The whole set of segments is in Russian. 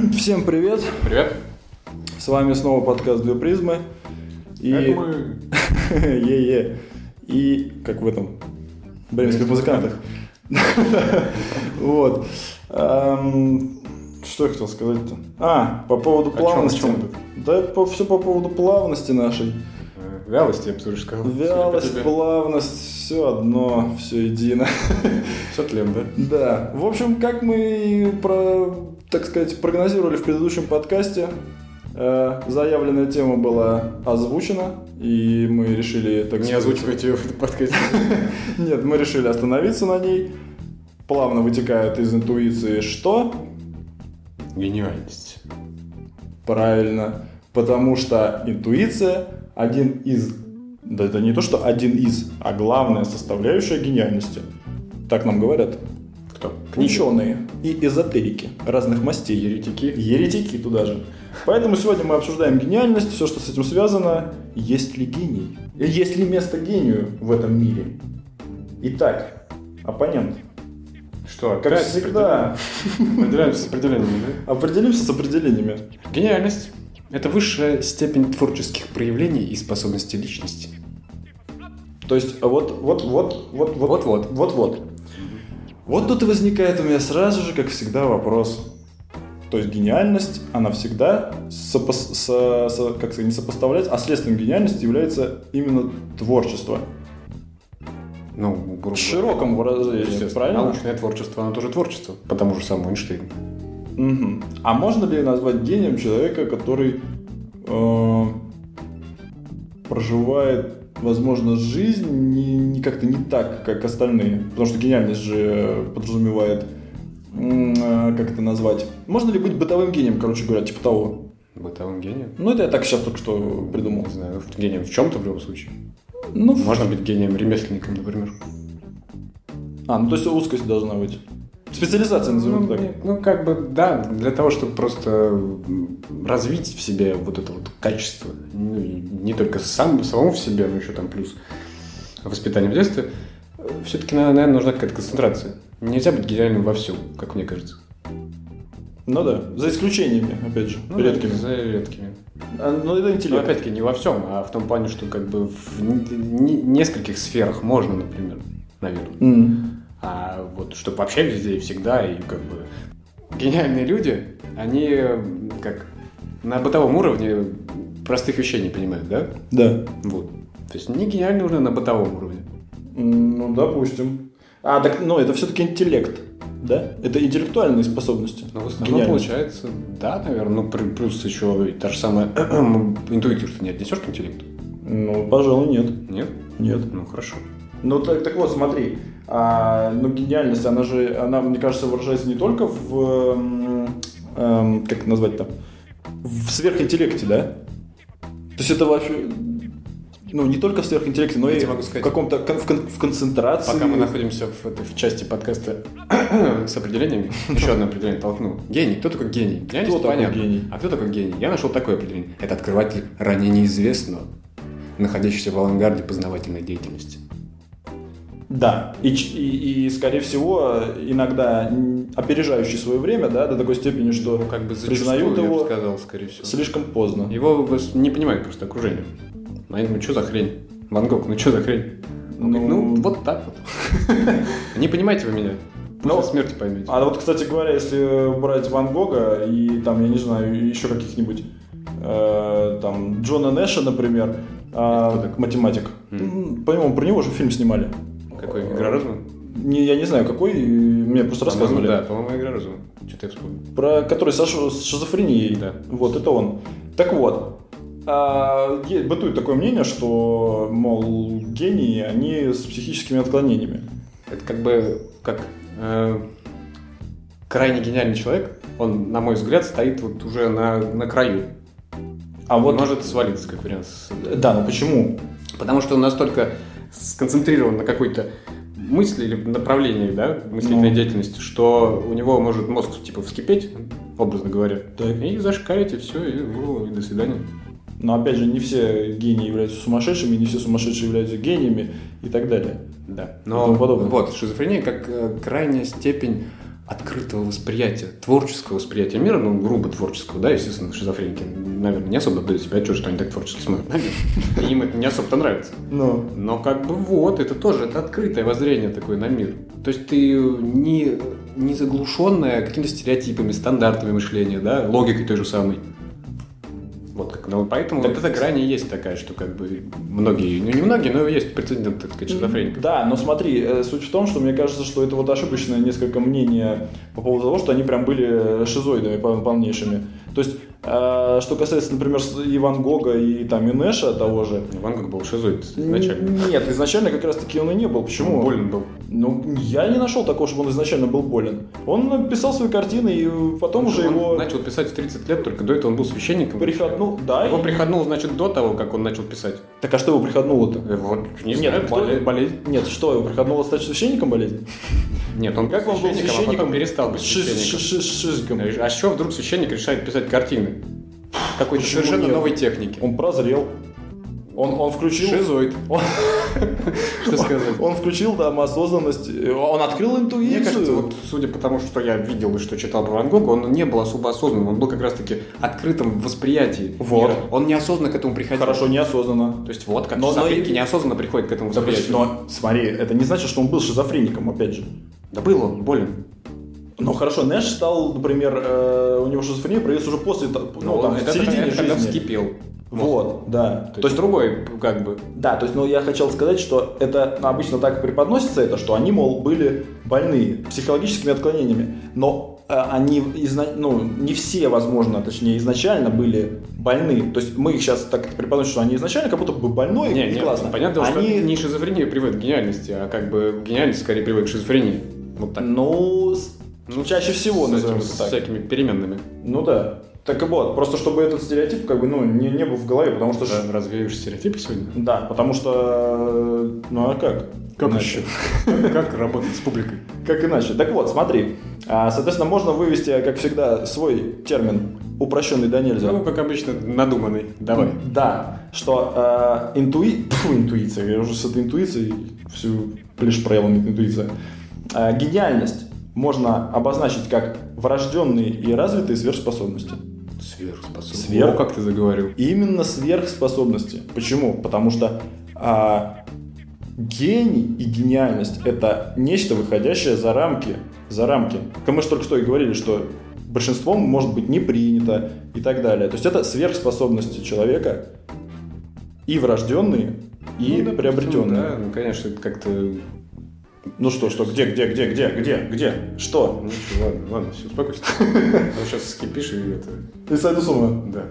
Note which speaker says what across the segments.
Speaker 1: Всем привет!
Speaker 2: Привет!
Speaker 1: С вами снова подкаст «Две призмы». И... И как в этом бременских музыкантах. Вот. Что я хотел сказать-то? По поводу плавности. Да, все по поводу плавности нашей.
Speaker 2: Вялость, я бы тоже сказал.
Speaker 1: Вялость, плавность, все одно, все едино.
Speaker 2: Все тлен, да?
Speaker 1: Да. В общем, как мы, так сказать, прогнозировали в предыдущем подкасте, заявленная тема была озвучена, и мы решили...
Speaker 2: Не озвучивать ее в этом подкасте.
Speaker 1: Нет, мы решили остановиться на ней. Плавно вытекает из интуиции что?
Speaker 2: Гениальность.
Speaker 1: Правильно. Потому что интуиция один из... Да это не то, что один из, а главная составляющая гениальности. Так нам говорят.
Speaker 2: Кто?
Speaker 1: Ученые и эзотерики разных мастей. Еретики туда же. Поэтому сегодня мы обсуждаем гениальность, все, что с этим связано. Есть ли гений? Есть ли место гению в этом мире? Итак, оппонент.
Speaker 2: Что,
Speaker 1: как всегда.
Speaker 2: Определяемся с определениями, да?
Speaker 1: Определимся с определениями.
Speaker 2: Гениальность – это высшая степень творческих проявлений и способностей личности.
Speaker 1: То есть, вот. Вот тут и возникает у меня сразу же, как всегда, вопрос. То есть гениальность, она всегда как сказать, не сопоставляется, а следствием гениальности является именно творчество.
Speaker 2: Ну,
Speaker 1: в широком выражении, правильно?
Speaker 2: Научное творчество, оно тоже творчество, по тому же самому Эйнштейну.
Speaker 1: Угу. А можно ли назвать гением человека, который проживает, возможно, жизнь не как-то не так, как остальные? Потому что гениальность же подразумевает, как это назвать? Можно ли быть бытовым гением, короче говоря, типа того?
Speaker 2: Бытовым гением?
Speaker 1: Ну, это я так сейчас только что придумал.
Speaker 2: Не знаю, гением в чем-то в любом случае.
Speaker 1: Ну,
Speaker 2: можно быть гением-ремесленником, например.
Speaker 1: Ну то есть узкость должна быть. Специализация, назовем так.
Speaker 2: Ну, как бы, да, для того, чтобы просто развить в себе вот это вот качество. Ну, не только самому в себе, но еще там плюс воспитание в детстве. Все-таки, наверное, нужна какая-то концентрация. Нельзя быть гениальным во всем, как мне кажется.
Speaker 1: Ну да, за исключениями, опять же, редкими.
Speaker 2: За редкими.
Speaker 1: Но это интеллект.
Speaker 2: Но опять-таки не во всем, а в том плане, что как бы в нескольких сферах можно, например, наверное. А вот чтобы вообще везде и всегда, и как бы гениальные люди, они как на бытовом уровне простых вещей не понимают, да?
Speaker 1: Да.
Speaker 2: Вот. То есть не гениальные уже на бытовом уровне.
Speaker 1: Ну, допустим. Это все-таки интеллект, да? Это интеллектуальные способности.
Speaker 2: Ну, получается, да, наверное. Ну, плюс еще та же самая интуицию, что не отнесешь к интеллекту?
Speaker 1: Ну, пожалуй, нет.
Speaker 2: Нет?
Speaker 1: Нет.
Speaker 2: Ну, хорошо.
Speaker 1: Ну, так вот, смотри. Гениальность, она, мне кажется, выражается не только в, как это назвать-то, в сверхинтеллекте, да? То есть это вообще, не только в сверхинтеллекте, но и в каком-то, в концентрации.
Speaker 2: Пока мы находимся в части подкаста с определениями, еще одно определение толкну. Гений. Кто такой гений?
Speaker 1: Кто такой гений?
Speaker 2: А кто такой гений? Я нашел такое определение. Это открыватель ранее неизвестного, находящийся в авангарде познавательной деятельности.
Speaker 1: Да, и скорее всего, иногда опережающий свое время, да, до такой степени, что признают его,
Speaker 2: я бы сказал, скорее всего,
Speaker 1: слишком поздно.
Speaker 2: Его не понимает просто окружение. Что за хрень? Ван Гог, что за хрень? Вот так вот. Не понимаете вы меня? После смерти поймете.
Speaker 1: А вот, кстати говоря, если брать Ван Гога и там, я не знаю, еще каких-нибудь, там, Джона Нэша, например, математик, по-моему, про него же фильм снимали.
Speaker 2: Какой? «Игра разума»?
Speaker 1: Я не знаю, какой, мне просто рассказывали.
Speaker 2: Да, по-моему, «Игра разума». Что-то я вспомнил.
Speaker 1: Про который с шизофренией.
Speaker 2: Да.
Speaker 1: Вот, это он. Так вот, бытует такое мнение, что, мол, гении, они с психическими отклонениями.
Speaker 2: Это как крайне гениальный человек, он, на мой взгляд, стоит вот уже на краю. Он может свалиться, как вариант.
Speaker 1: Да, но почему?
Speaker 2: Потому что он настолько сконцентрирован на какой-то мысли или направлении, да, мыслительной деятельности, что у него может мозг типа вскипеть, образно говоря,
Speaker 1: так.
Speaker 2: И зашкалить, и все, и до свидания.
Speaker 1: Но опять же, не все гении являются сумасшедшими, не все сумасшедшие являются гениями и так далее.
Speaker 2: Да. Но вот шизофрения как крайняя степень открытого восприятия, творческого восприятия мира, ну, грубо творческого, да, естественно, шизофреники, наверное, не особо дают себе отчет, что они так творчески смотрят, наверное, им это не особо-то нравится. Но как бы вот, это тоже, это открытое воззрение такое на мир. То есть ты не заглушенная какими-то стереотипами, стандартами мышления, да, логикой той же самой. Вот как, ну, поэтому так, вот эта грань и есть такая, что как бы многие, ну не многие, но есть прецедент, так сказать, шизофреников.
Speaker 1: Да, но смотри, суть в том, что мне кажется, что это вот ошибочное несколько мнение по поводу того, что они прям были шизоидами полнейшими. То есть, что касается, например, и Ван Гога, и там и Нэша того же.
Speaker 2: Ван Гог был шизоид изначально.
Speaker 1: Нет, изначально как раз таки он и не был. Почему?
Speaker 2: Он болен был.
Speaker 1: Ну, я не нашел такого, чтобы он изначально был болен. Он писал свои картины, и потом уже
Speaker 2: он
Speaker 1: его...
Speaker 2: начал писать в 30 лет, только до этого он был священником.
Speaker 1: Да.
Speaker 2: Его приходнул, значит, до того, как он начал писать.
Speaker 1: Так а что его приходнуло-то?
Speaker 2: Вот, не знаю, болезнь.
Speaker 1: Нет, что, его приходнуло стать священником болезнь?
Speaker 2: Нет, он как был священником, а потом перестал быть священником. А что вдруг священник решает писать картины? Какой-то совершенно новой техники.
Speaker 1: Он прозрел. Он включил...
Speaker 2: Шизоид. Что сказать?
Speaker 1: Он включил там осознанность. Он открыл интуицию.
Speaker 2: Мне кажется, вот судя по тому, что я видел и что читал про Ван Гога, он не был особо осознанным. Он был как раз-таки открытым в восприятии мира. Он неосознанно к этому приходил.
Speaker 1: Хорошо, неосознанно.
Speaker 2: То есть вот как шизофреники неосознанно приходят к этому восприятию.
Speaker 1: Но смотри, это не значит, что он был шизофреником, опять же.
Speaker 2: Да был он болен.
Speaker 1: Ну хорошо, Нэш стал, например, у него шизофрения проявилась уже после, в середине жизни.
Speaker 2: Вскипел.
Speaker 1: Вот, да.
Speaker 2: То есть другой, как бы.
Speaker 1: Да, то есть, я хотел сказать, что это обычно так преподносится, это, что они, мол, были больны психологическими отклонениями, но они, не все, возможно, точнее, изначально были больны. То есть мы их сейчас так преподносим, что они изначально как будто бы больной, и классно.
Speaker 2: Понятно, что не шизофрения приводит к гениальности, а как бы гениальность скорее приводит к шизофрении. Вот так.
Speaker 1: Чаще всего, назовем это так.
Speaker 2: С всякими переменными.
Speaker 1: Ну да. Так и вот, просто чтобы этот стереотип не был в голове, потому что...
Speaker 2: Да, развеешь стереотипы сегодня?
Speaker 1: Да, потому что... а как?
Speaker 2: Как еще? Как работать с публикой?
Speaker 1: Как иначе? Так вот, смотри. Соответственно, можно вывести, как всегда, свой термин, упрощенный до нельзя.
Speaker 2: Ну, как обычно, надуманный. Давай.
Speaker 1: Да, что интуиция, я уже с этой интуицией всю лишь проявила интуиция. Гениальность можно обозначить как врожденные и развитые сверхспособности.
Speaker 2: Сверхспособности? О, как ты заговорил.
Speaker 1: Именно сверхспособности. Почему? Потому что гений и гениальность – это нечто, выходящее за рамки. Как мы же только что и говорили, что большинством может быть не принято и так далее. То есть это сверхспособности человека и врожденные, и приобретенные.
Speaker 2: Да, конечно, это как-то...
Speaker 1: Что, где? Что?
Speaker 2: Ладно, все, успокойся. Ты сейчас скипишь и это...
Speaker 1: Ты сойду с ума?
Speaker 2: Да.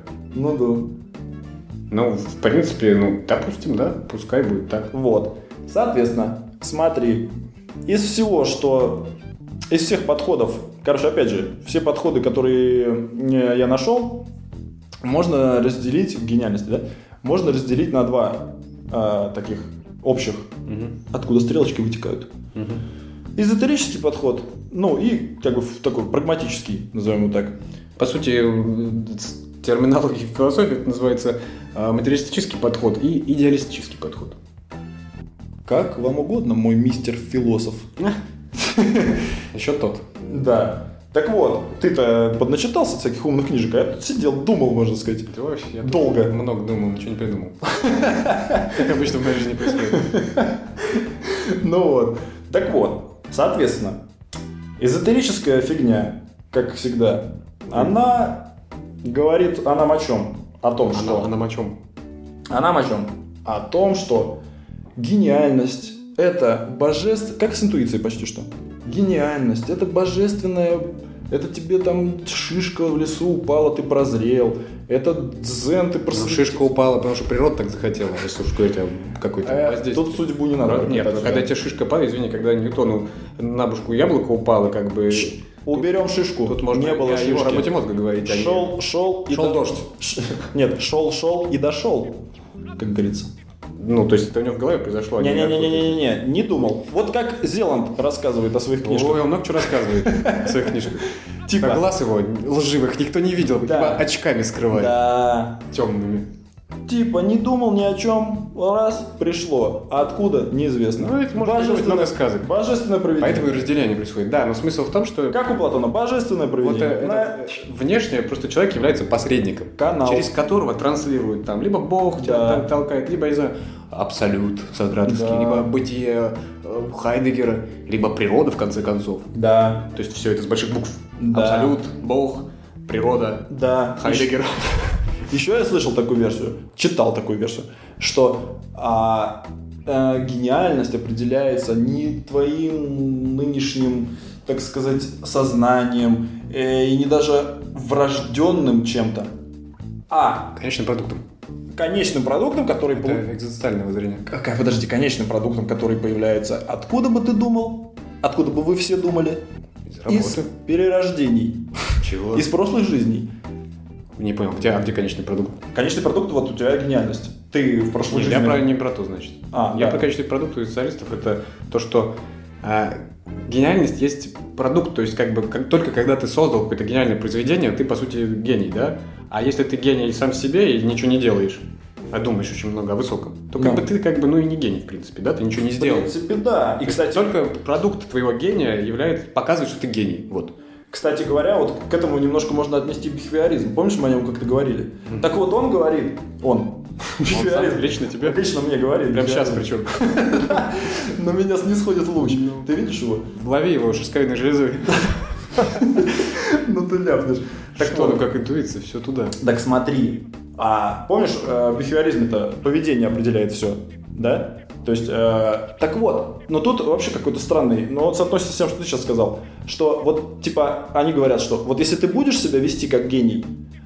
Speaker 1: Да.
Speaker 2: В принципе, допустим, да, пускай будет так.
Speaker 1: Вот. Соответственно, смотри, из всех подходов, опять же, все подходы, которые я нашел, можно разделить, гениальность, да? Можно разделить на два таких общих, откуда стрелочки вытекают. Эзотерический подход, и такой прагматический, назовем его так.
Speaker 2: По сути, терминология в философии это называется материалистический подход и идеалистический подход.
Speaker 1: Как вам угодно, мой мистер-философ.
Speaker 2: Еще тот.
Speaker 1: Да. Так вот, ты-то подначитался всяких умных книжек, а я тут сидел, думал, можно сказать.
Speaker 2: Ты вообще, я
Speaker 1: долго.
Speaker 2: Много думал, ничего не придумал. Как обычно в моей жизни происходит.
Speaker 1: Так вот, соответственно, эзотерическая фигня, как всегда, она говорит о нам о чем? О том, что...
Speaker 2: Она о чем?
Speaker 1: Она о чем? О том, что гениальность – это божественное... Как с интуицией почти что. Гениальность – это божественное... Это тебе там шишка в лесу упала, ты прозрел. Это дзен, ты просветил.
Speaker 2: Шишка упала, потому что природа так захотела. Если уж говорить о какой-то воздействии.
Speaker 1: Тут судьбу не надо.
Speaker 2: Нет, когда тебе шишка падает, извини, когда Ньютону на башку яблоко упало, как бы...
Speaker 1: Уберем шишку.
Speaker 2: Тут можно
Speaker 1: не было шишки.
Speaker 2: О работе мозга говорить.
Speaker 1: Шел
Speaker 2: дождь.
Speaker 1: Нет, шел и дошел, как говорится.
Speaker 2: То есть это у него в голове произошло.
Speaker 1: Не думал. Вот как Зеланд рассказывает о своих книжках.
Speaker 2: Ой, он много чего рассказывает о своих книжках.
Speaker 1: Типа
Speaker 2: глаз его лживых никто не видел,
Speaker 1: да.
Speaker 2: очками скрывает.
Speaker 1: Да.
Speaker 2: Темными.
Speaker 1: Типа, не думал ни о чем, раз, пришло. А откуда? Неизвестно.
Speaker 2: Ну, это можно быть много сказок.
Speaker 1: Божественное провидение.
Speaker 2: Поэтому и разделение происходит. Да, но смысл в том, что...
Speaker 1: Как у Платона, божественное провидение.
Speaker 2: Вот внешне просто человек является посредником,
Speaker 1: канал,
Speaker 2: через которого транслируют там либо Бог тебя толкает, либо, не знаю, абсолют сократовский, либо бытие Хайдеггера, либо природа, в конце концов.
Speaker 1: Да.
Speaker 2: То есть все это с больших букв.
Speaker 1: Да.
Speaker 2: Абсолют, Бог, природа, Хайдеггер.
Speaker 1: Еще я слышал такую версию, читал такую версию, что гениальность определяется не твоим нынешним, так сказать, сознанием и не даже врожденным чем-то, а
Speaker 2: конечным продуктом.
Speaker 1: Конечным продуктом, который...
Speaker 2: Это экзистенциальное воззрение.
Speaker 1: Подожди, конечным продуктом, который появляется... Откуда бы ты думал? Откуда бы вы все думали? Из перерождений.
Speaker 2: Чего?
Speaker 1: Из прошлых жизней.
Speaker 2: Не понял, где конечный продукт?
Speaker 1: Конечный продукт, вот у тебя гениальность. Ты в прошлой жизни...
Speaker 2: Я не про то, значит. Я про конечный продукт у специалистов. Это то, что гениальность есть продукт. То есть, только когда ты создал какое-то гениальное произведение, ты, по сути, гений, да? А если ты гений сам себе и ничего не делаешь, а думаешь очень много о высоком, то ты и не гений, в принципе, да? Ты ничего не сделал.
Speaker 1: В принципе, да. И, кстати,
Speaker 2: только продукт твоего гения показывает, что ты гений. Вот.
Speaker 1: Кстати говоря, вот к этому немножко можно отнести бихевиоризм. Помнишь, мы о нем как-то говорили? Так вот, он говорит, бихевиоризм.
Speaker 2: Лично тебе?
Speaker 1: Лично мне говорит.
Speaker 2: Прямо сейчас причем.
Speaker 1: На меня снисходит луч. Ты видишь его?
Speaker 2: Лови его шестковидной железой.
Speaker 1: Ну ты ляпнешь.
Speaker 2: Так что, как интуиция, все туда.
Speaker 1: Так смотри. Помнишь, в бихевиоризме-то поведение определяет все, да? То есть, так вот, но тут вообще какой-то странный, но он соотносится с тем, что ты сейчас сказал, что вот, типа, они говорят, что вот если ты будешь себя вести как гений,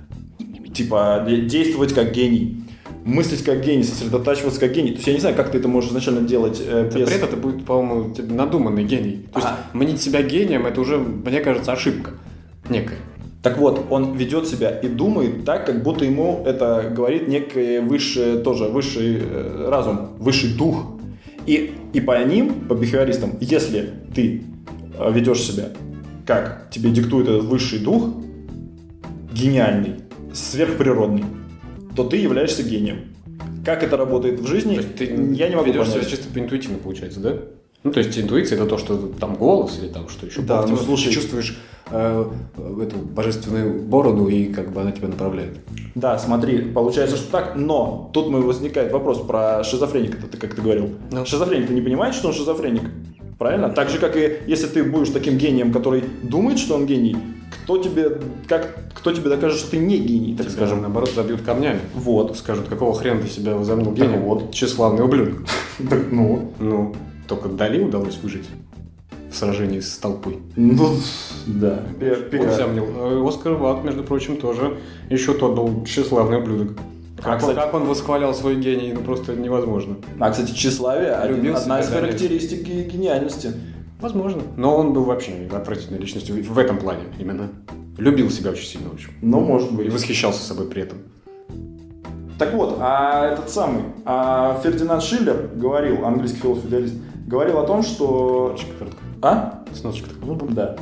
Speaker 1: типа, действовать как гений, мыслить как гений, сосредотачиваться как гений, то есть я не знаю, как ты это можешь изначально делать без...
Speaker 2: При этом это будет, по-моему, надуманный гений. То есть мнить себя гением, это уже, мне кажется, ошибка некая.
Speaker 1: Так вот, он ведет себя и думает так, как будто ему это говорит некий высший разум, высший дух. И по ним, по бихевиористам, если ты ведешь себя, как тебе диктует этот высший дух, гениальный, сверхприродный, то ты являешься гением. Как это работает в жизни, я не могу понять.
Speaker 2: Ведешь себя чисто интуитивно, получается, да? Ну, то есть интуиция – это то, что там голос или там что еще.
Speaker 1: Да, ну слушай.
Speaker 2: Ты чувствуешь эту божественную бороду, и она тебя направляет. Да,
Speaker 1: смотри, получается, что так, но тут возникает вопрос про шизофреника, ты говорил. Шизофреник, ты не понимаешь, что он шизофреник? Правильно? Так же, как и если ты будешь таким гением, который думает, что он гений, кто тебе докажет, что ты не гений, так скажем?
Speaker 2: Наоборот, забьют камнями.
Speaker 1: Вот.
Speaker 2: Скажут, какого хрена ты себя возомнил гением? Вот. Тщеславный ублюдок.
Speaker 1: Ну.
Speaker 2: Только Дали удалось выжить в сражении с толпой.
Speaker 1: Ну, да.
Speaker 2: Он взял Оскар Уайлд, между прочим, тоже еще тот был тщеславный ублюдок. Как он восхвалял свой гений, просто невозможно.
Speaker 1: Кстати, тщеславие одна из характеристик гениальности.
Speaker 2: Возможно. Но он был вообще отвратительной личностью в этом плане именно. Любил себя очень сильно, в общем.
Speaker 1: Ну, может быть.
Speaker 2: И восхищался собой при этом.
Speaker 1: Так вот, Фердинанд Шиллер говорил, английский философ-идеалист, говорил о том, что...
Speaker 2: Сносочка
Speaker 1: Да.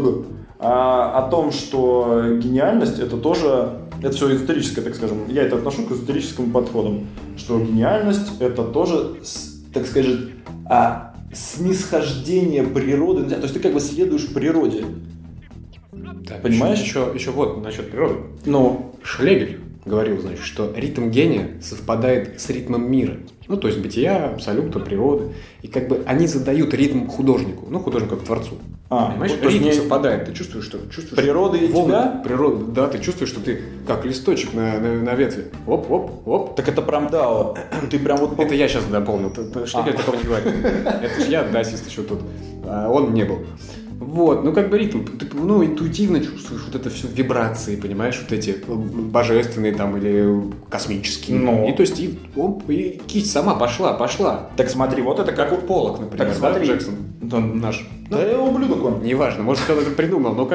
Speaker 1: О том, что гениальность это тоже... Это все эзотерическое, так скажем. Я это отношу к эзотерическим подходам. Что гениальность это тоже, так сказать, снисхождение природы. То есть ты следуешь природе.
Speaker 2: Да,
Speaker 1: понимаешь?
Speaker 2: Еще вот насчет природы.
Speaker 1: Ну,
Speaker 2: Шлегель говорил, значит, что ритм гения совпадает с ритмом мира. Ну, то есть бытия, абсолюта, природы. И они задают ритм художнику. Ну, художнику как творцу. Понимаешь? Ритм совпадает. Ты чувствуешь, что...
Speaker 1: Природа и тебя?
Speaker 2: Природа, да, ты чувствуешь, что ты как листочек на ветви. Оп.
Speaker 1: Так это прям дао. Ты прям вот...
Speaker 2: Это я сейчас дополнил. Шлегель такого не говорит. Это же я, дасист еще тут. Он не был. Вот, ритм, ты интуитивно чувствуешь вот это все вибрации, понимаешь, вот эти божественные там или космические. И то есть и кисть сама пошла.
Speaker 1: Так смотри, вот это как
Speaker 2: у Поллок, например,
Speaker 1: так смотри.
Speaker 2: Да, Джексон наш.
Speaker 1: Да я ублюдок он.
Speaker 2: Неважно, может, кто-то это придумал, но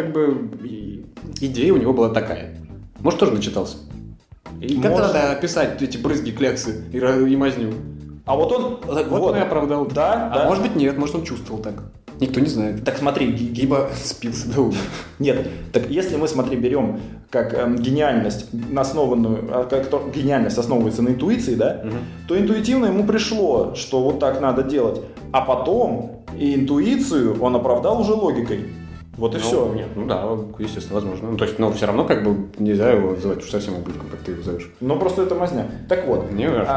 Speaker 2: идея у него была такая. Может, тоже начитался. И как надо описать эти брызги, кляксы и мазню.
Speaker 1: А вот он...
Speaker 2: Вот он и оправдал.
Speaker 1: Да.
Speaker 2: Может быть, нет, может, он чувствовал так. Никто не знает.
Speaker 1: Так смотри,
Speaker 2: либо спился до ума.
Speaker 1: Нет, так если мы, смотри, берем как гениальность, гениальность основывается на интуиции, да, то интуитивно ему пришло, что вот так надо делать, а потом и интуицию он оправдал уже логикой. Вот и все.
Speaker 2: Нет, естественно, возможно. То есть, но все равно как бы нельзя его называть уж совсем ублюдком, как ты его зовешь.
Speaker 1: Просто это мазня. Так вот,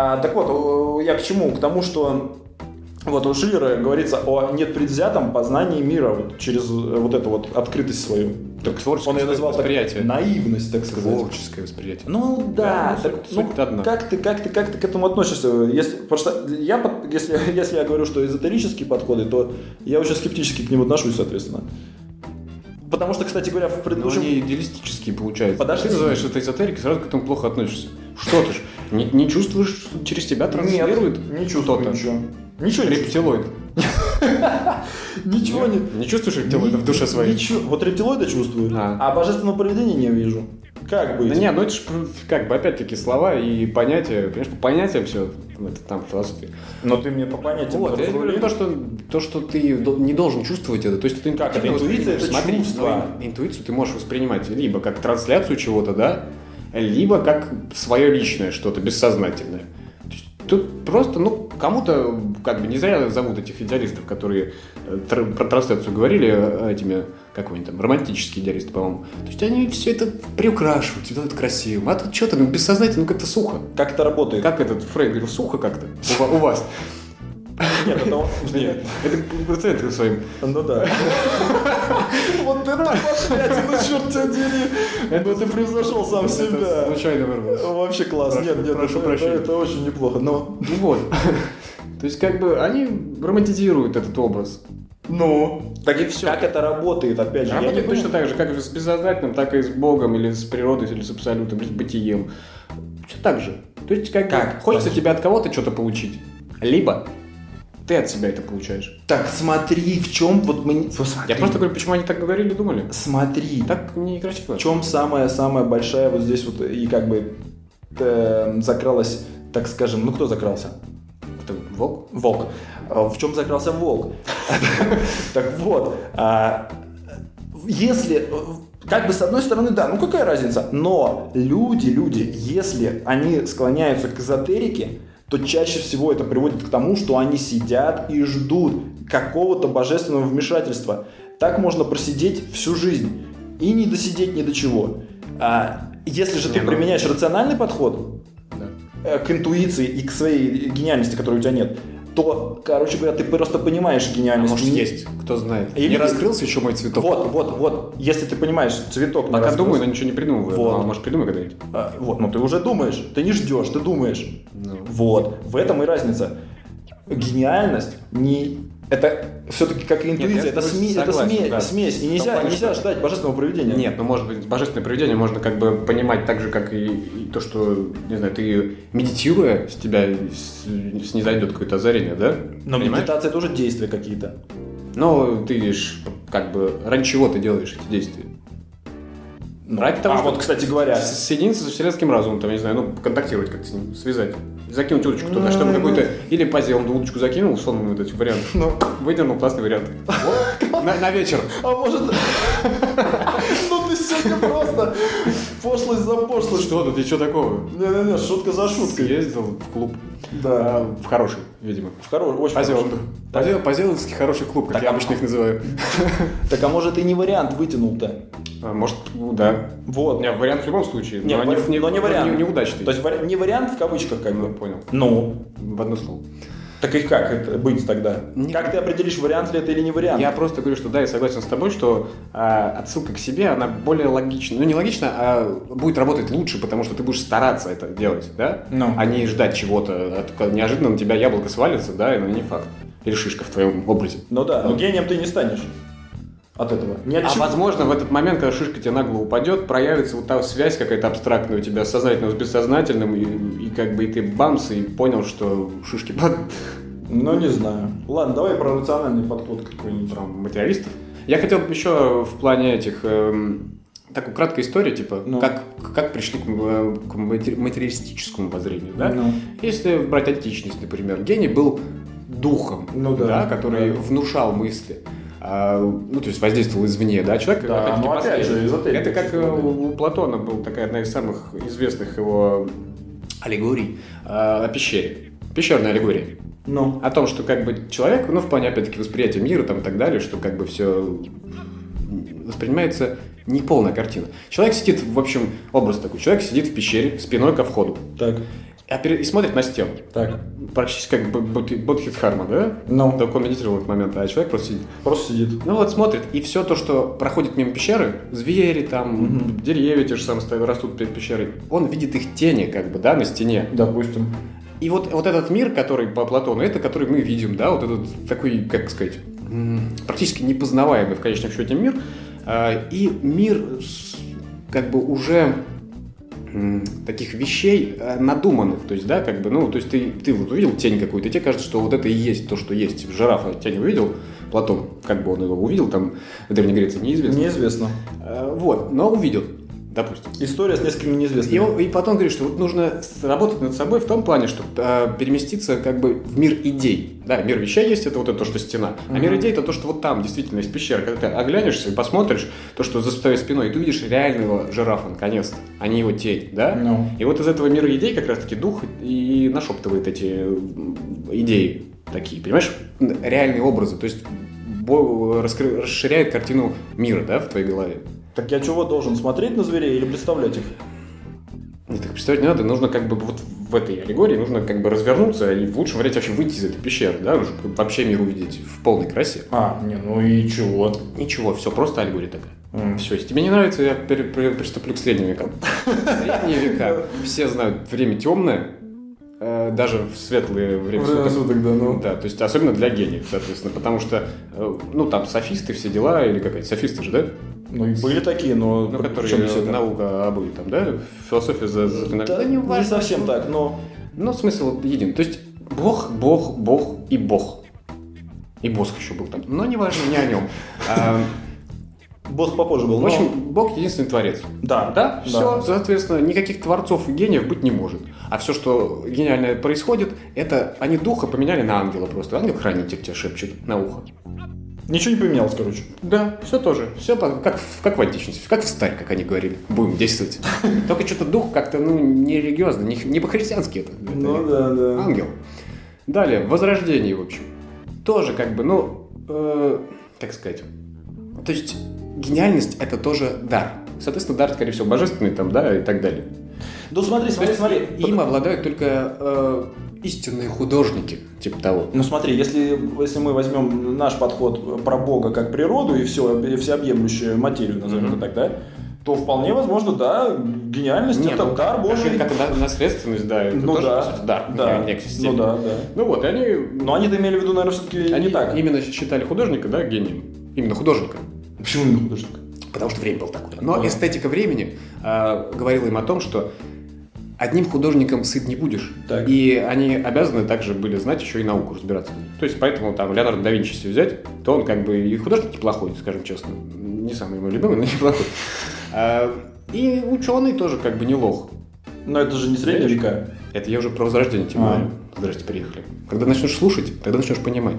Speaker 1: я к чему? К тому, что вот у Шиллера говорится о непредвзятом познании мира вот, через вот эту вот открытость свою.
Speaker 2: Так творческое
Speaker 1: он ее назвал
Speaker 2: восприятие.
Speaker 1: наивность, так сказать.
Speaker 2: Творческое восприятие.
Speaker 1: Как ты к этому относишься? Потому что если я говорю, что эзотерические подходы, то я очень скептически к ним отношусь, соответственно. Потому что, кстати говоря, в предыдущем...
Speaker 2: Но они идеалистические получаются.
Speaker 1: Подожди.
Speaker 2: Ты называешь это эзотерикой, сразу к этому плохо относишься. Что ты ж? Не чувствуешь, через тебя транслирует?
Speaker 1: Нет, не чувствую ничего. Ничего не
Speaker 2: рептилоид.
Speaker 1: Ничего не...
Speaker 2: Не чувствуешь рептилоида в душе своей?
Speaker 1: Ничего. Вот рептилоида чувствую, а божественного провидения не вижу. Как быть?
Speaker 2: Да нет, это же как бы опять-таки слова и понятия. Понимаешь, по понятиям все, это там философия.
Speaker 1: Но ты мне по понятиям...
Speaker 2: Вот, я говорю то, что ты не должен чувствовать это. То есть это
Speaker 1: как? Это интуиция, это чувство.
Speaker 2: Интуицию ты можешь воспринимать либо как трансляцию чего-то, да, либо как свое личное что-то, бессознательное. Тут просто, кому-то, как бы, не зря зовут этих идеалистов, которые про трансляцию говорили, этими, как они там, романтические идеалисты, по-моему. То есть они все это приукрашивают, делают красивым. А тут что-то, бессознательно, как-то сухо.
Speaker 1: Как это работает?
Speaker 2: Как этот Фрейд говорил, сухо как-то у вас.
Speaker 1: Нет,
Speaker 2: это процентом своим.
Speaker 1: Ну да. Вот это пошлятина, черт тебя дери. Ты превзошел сам себя.
Speaker 2: Случайно вырвалось.
Speaker 1: Вообще класс. Нет,
Speaker 2: прошу прощения.
Speaker 1: Это очень неплохо.
Speaker 2: Вот. То есть, как бы, они романтизируют этот образ.
Speaker 1: Так и все. Как это работает, опять же?
Speaker 2: Работает точно так же, как и с бессознательным, так и с Богом, или с природой, или с абсолютом, или с бытием. Все так же. То есть, как хочется тебе от кого-то что-то получить. Либо ты от себя это получаешь.
Speaker 1: Так, смотри, в чем вот мы...
Speaker 2: Я просто говорю, почему они так говорили, думали.
Speaker 1: Смотри.
Speaker 2: Так некрасиво.
Speaker 1: В чем самая большая вот здесь вот и как бы закралась, так скажем, кто закрался?
Speaker 2: Кто? Волк?
Speaker 1: Волк. В чем закрался волк? Так вот, если... Как бы с одной стороны, да, какая разница? Но люди, если они склоняются к эзотерике, то чаще всего это приводит к тому, что они сидят и ждут какого-то божественного вмешательства. Так можно просидеть всю жизнь и не досидеть ни до чего. Если же ты применяешь рациональный подход к интуиции и к своей гениальности, которой у тебя нет, то, короче говоря, ты просто понимаешь гениальность.
Speaker 2: Может, есть, кто знает.
Speaker 1: Или
Speaker 2: не раскрылся еще мой цветок.
Speaker 1: Вот. Если ты понимаешь, цветок не
Speaker 2: раскрылся. Пока думаю, но ничего не придумываю.
Speaker 1: Вот.
Speaker 2: Может, придумай когда-нибудь.
Speaker 1: Ты уже думаешь. Ты не ждешь, ты думаешь. Вот. В этом и разница. Гениальность не... Это все-таки как и интуиция. Это смесь. И нельзя ждать божественного провидения.
Speaker 2: Нет, может быть, божественное провидение можно как бы понимать так же, как и то, что, не знаю, ты медитируя, с тебя снизойдет какое-то озарение, да?
Speaker 1: Но медитация тоже действия какие-то.
Speaker 2: Но ты как бы ради чего ты делаешь эти действия? Ради того,
Speaker 1: вот, кстати говоря,
Speaker 2: соединиться со вселенским разумом, там, не знаю, контактировать как-то с ним, связать. Закинуть удочку туда, чтобы какой-то... Или позе он удочку закинул, условно, вот эти варианты. Выдернул, классный вариант. На вечер.
Speaker 1: А может... Ты сегодня просто пошлость за пошлость.
Speaker 2: Что ты что такого?
Speaker 1: Не, шутка за шуткой.
Speaker 2: Съездил в клуб.
Speaker 1: Да.
Speaker 2: В хороший, видимо.
Speaker 1: Очень хороший.
Speaker 2: Позеловский хороший клуб, как я обычно их называю.
Speaker 1: Так, а может и не вариант вытянул-то?
Speaker 2: Может, да.
Speaker 1: Вот.
Speaker 2: Нет, вариант в любом случае.
Speaker 1: Нет, но не вариант.
Speaker 2: Неудачный.
Speaker 1: То есть не вариант в кавычках, как бы.
Speaker 2: Понял.
Speaker 1: В
Speaker 2: одно слово.
Speaker 1: Так и как это быть тогда? Как ты определишь, вариант ли это или не вариант?
Speaker 2: Я просто говорю, что да, я согласен с тобой, что отсылка к себе, она более логична. Не логична, а будет работать лучше, потому что ты будешь стараться это делать, да? А не ждать чего-то. Неожиданно на тебя яблоко свалится, да, но не факт. Или шишка в твоем образе.
Speaker 1: Но гением ты не станешь от этого.
Speaker 2: Возможно, в этот момент, когда шишка тебе нагло упадет, проявится вот та связь какая-то абстрактная у тебя с сознательным, с бессознательным, и как бы и ты бамс, и понял, что шишки падают.
Speaker 1: Не знаю. Ладно, давай про рациональный подход какой-нибудь.
Speaker 2: Про материалистов. Я хотел бы еще в плане этих... такую краткую историю, типа, как пришли к материалистическому обозрению, да? Если брать античность, например, гений был духом, который внушал мысли. то есть воздействовал извне, да, человек,
Speaker 1: Да, но опять же,
Speaker 2: это как у Платона был такая одна из самых известных его аллегорий о пещере. Пещерная аллегория.
Speaker 1: Ну.
Speaker 2: О том, что как бы человек, в плане, опять-таки, восприятия мира там, и так далее, что как бы все воспринимается неполная картина. Человек сидит, в общем, образ такой, человек сидит в пещере спиной ко входу.
Speaker 1: Так.
Speaker 2: И смотрит на стену.
Speaker 1: Так.
Speaker 2: Практически как Бодхидхарма, да?
Speaker 1: Ну.
Speaker 2: Только он медитировал в этот момент, а человек просто сидит.
Speaker 1: Просто сидит.
Speaker 2: Ну вот смотрит, и все то, что проходит мимо пещеры, звери там, деревья те же самые растут перед пещерой, он видит их тени, как бы, да, на стене.
Speaker 1: Допустим.
Speaker 2: И вот этот мир, который по Платону, это который мы видим, да, вот этот такой, как сказать, практически непознаваемый в конечном счете мир, и мир как бы уже таких вещей надуманных, то есть, да, как бы, то есть ты вот увидел тень какую-то, и тебе кажется, что вот это и есть то, что есть. Жирафа тень увидел, Платон, как бы он его увидел, там, в Древней Греции, неизвестно.
Speaker 1: Неизвестно.
Speaker 2: Вот, но увидел. Допустим.
Speaker 1: История с несколькими неизвестными.
Speaker 2: И потом говорит, что вот нужно работать над собой в том плане, что переместиться как бы в мир идей. Да, мир вещей есть, это вот это то, что стена. А мир идей это то, что вот там действительно есть пещера. Когда ты оглянешься и посмотришь то, что за твоей спиной, и ты увидишь реального жирафа наконец-то, а не его тень, да?
Speaker 1: No.
Speaker 2: И вот из этого мира идей как раз-таки дух и нашептывает эти идеи такие, понимаешь? Реальные образы, то есть расширяет картину мира, да, в твоей голове.
Speaker 1: Так я чего должен, смотреть на зверей или представлять их?
Speaker 2: Нет, так представить не надо, нужно как бы вот в этой аллегории нужно как бы развернуться и в лучшем варианте вообще выйти из этой пещеры, да, нужно вообще мир увидеть в полной красе.
Speaker 1: Ну и чего?
Speaker 2: Ничего, все, просто аллегория такая. Все, если тебе не нравится, я приступлю к средним векам. Средние века, все знают, время темное, даже в светлые время
Speaker 1: суток, да, ну.
Speaker 2: Да, то есть особенно для гениев, соответственно, потому что, там софисты, все дела, или какая-то, софисты же, да?
Speaker 1: Ну, и были такие, но...
Speaker 2: которые наука обои, там, да? Философия
Speaker 1: Да, не совсем так, но...
Speaker 2: Но смысл един. То есть Бог и Бог. И Босх еще был там. Но не важно, не о нем.
Speaker 1: Босх попозже был.
Speaker 2: В общем, Бог единственный творец.
Speaker 1: Да.
Speaker 2: Да? Все, соответственно, никаких творцов и гениев быть не может. А все, что гениальное происходит, это они духа поменяли на ангела просто. Ангел-хранитель тебя шепчет на ухо.
Speaker 1: Ничего не поменялось, короче.
Speaker 2: Да, все тоже. Все как в античности, как в старе, как они говорили. Будем действовать. Только что-то дух как-то, не религиозно, не по-христиански это.
Speaker 1: Ну да.
Speaker 2: Ангел. Далее, возрождение, в общем. Тоже как бы, как сказать. То есть, гениальность это тоже дар. Соответственно, дар, скорее всего, божественный там, да, и так далее.
Speaker 1: Ну смотри.
Speaker 2: Им обладают только истинные художники, типа того.
Speaker 1: Ну смотри, если мы возьмем наш подход про Бога как природу и всеобъемлющую материю, назовем это так, да, то вполне возможно, да, гениальность это дар Божий.
Speaker 2: Как наследственность, да, это тоже, по сути, дар.
Speaker 1: Да.
Speaker 2: Ну да. Ну вот, и они...
Speaker 1: Но они-то имели в виду, наверное, все-таки
Speaker 2: они
Speaker 1: не так.
Speaker 2: Именно считали художника, да, гением. Именно художника.
Speaker 1: Почему именно художника?
Speaker 2: Потому что время было такое. Но эстетика времени говорила им о том, что одним художником сыт не будешь.
Speaker 1: Так.
Speaker 2: И они обязаны также были знать еще и науку, разбираться в ней. То есть, поэтому там Леонардо да Винчи, если взять, то он как бы и художник неплохой, скажем честно. Не самый мой любимый, но неплохой. И ученый тоже как бы не лох.
Speaker 1: Но это же не средние века.
Speaker 2: Это я уже про возрождение тебе говорю. Здрасте, приехали. Когда начнешь слушать, тогда начнешь понимать.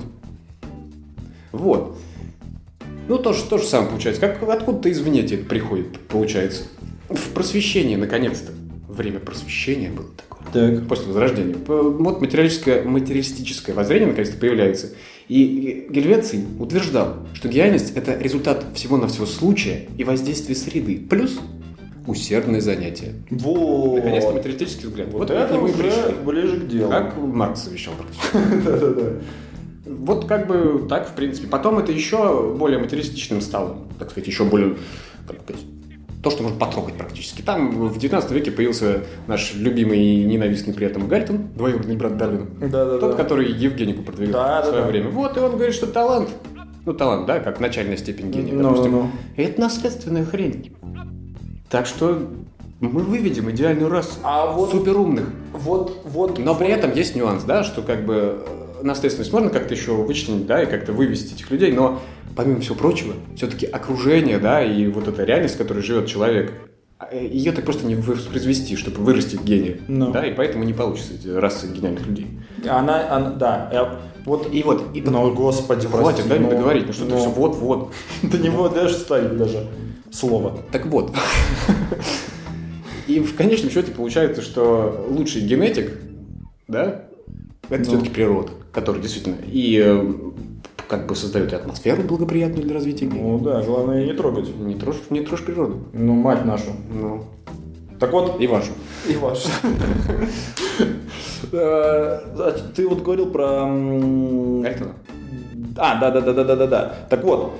Speaker 2: Вот. Ну, то же самое получается. Откуда-то извне тебе приходит, получается. В просвещении, наконец-то. Время просвещения было такое.
Speaker 1: Так.
Speaker 2: После Возрождения. Вот материалистическое воззрение наконец-то появляется. И Гельвеций утверждал, что гениальность – это результат всего-навсего случая и воздействия среды. Плюс усердное занятие.
Speaker 1: Вот.
Speaker 2: Наконец-то материалистический взгляд.
Speaker 1: Вот это
Speaker 2: мы
Speaker 1: уже
Speaker 2: пришли.
Speaker 1: ближе к делу.
Speaker 2: Как Маркс завещал практически.
Speaker 1: Да.
Speaker 2: Вот как бы так, в принципе. Потом это еще более материалистичным стало. Так сказать, еще более... То, что можно потрогать практически. Там в 19 веке появился наш любимый и ненавистный при этом Гальтон, двоюродный брат Дарвина.
Speaker 1: Да.
Speaker 2: Тот, который Евгенику продвигал в свое время. Вот, и он говорит, что талант, да, как начальная степень гения, допустим. И это наследственная хрень. Так что мы выведем идеальную расу суперумных. Но при этом есть нюанс, да, что как бы наследственность можно как-то еще вычленить, да, и как-то вывести этих людей, но помимо всего прочего, все-таки окружение, да, и вот эта реальность, в которой живет человек, ее так просто не воспроизвести, чтобы вырастить гения. Да, и поэтому не получится эти расы гениальных людей.
Speaker 1: Но, господи,
Speaker 2: хватит, дай мне договорить, что ты все вот.
Speaker 1: Ты не можешь ставить даже слово.
Speaker 2: Так вот. И в конечном счете получается, что лучший генетик, да, это все-таки природа, которая действительно и как бы создает атмосферу благоприятную для развития гения.
Speaker 1: Ну да, главное не трогать.
Speaker 2: Не трожь природу.
Speaker 1: Ну, мать нашу.
Speaker 2: Ну.
Speaker 1: Так вот.
Speaker 2: И вашу.
Speaker 1: Ты вот говорил про...
Speaker 2: Альтона?
Speaker 1: Да. Так вот,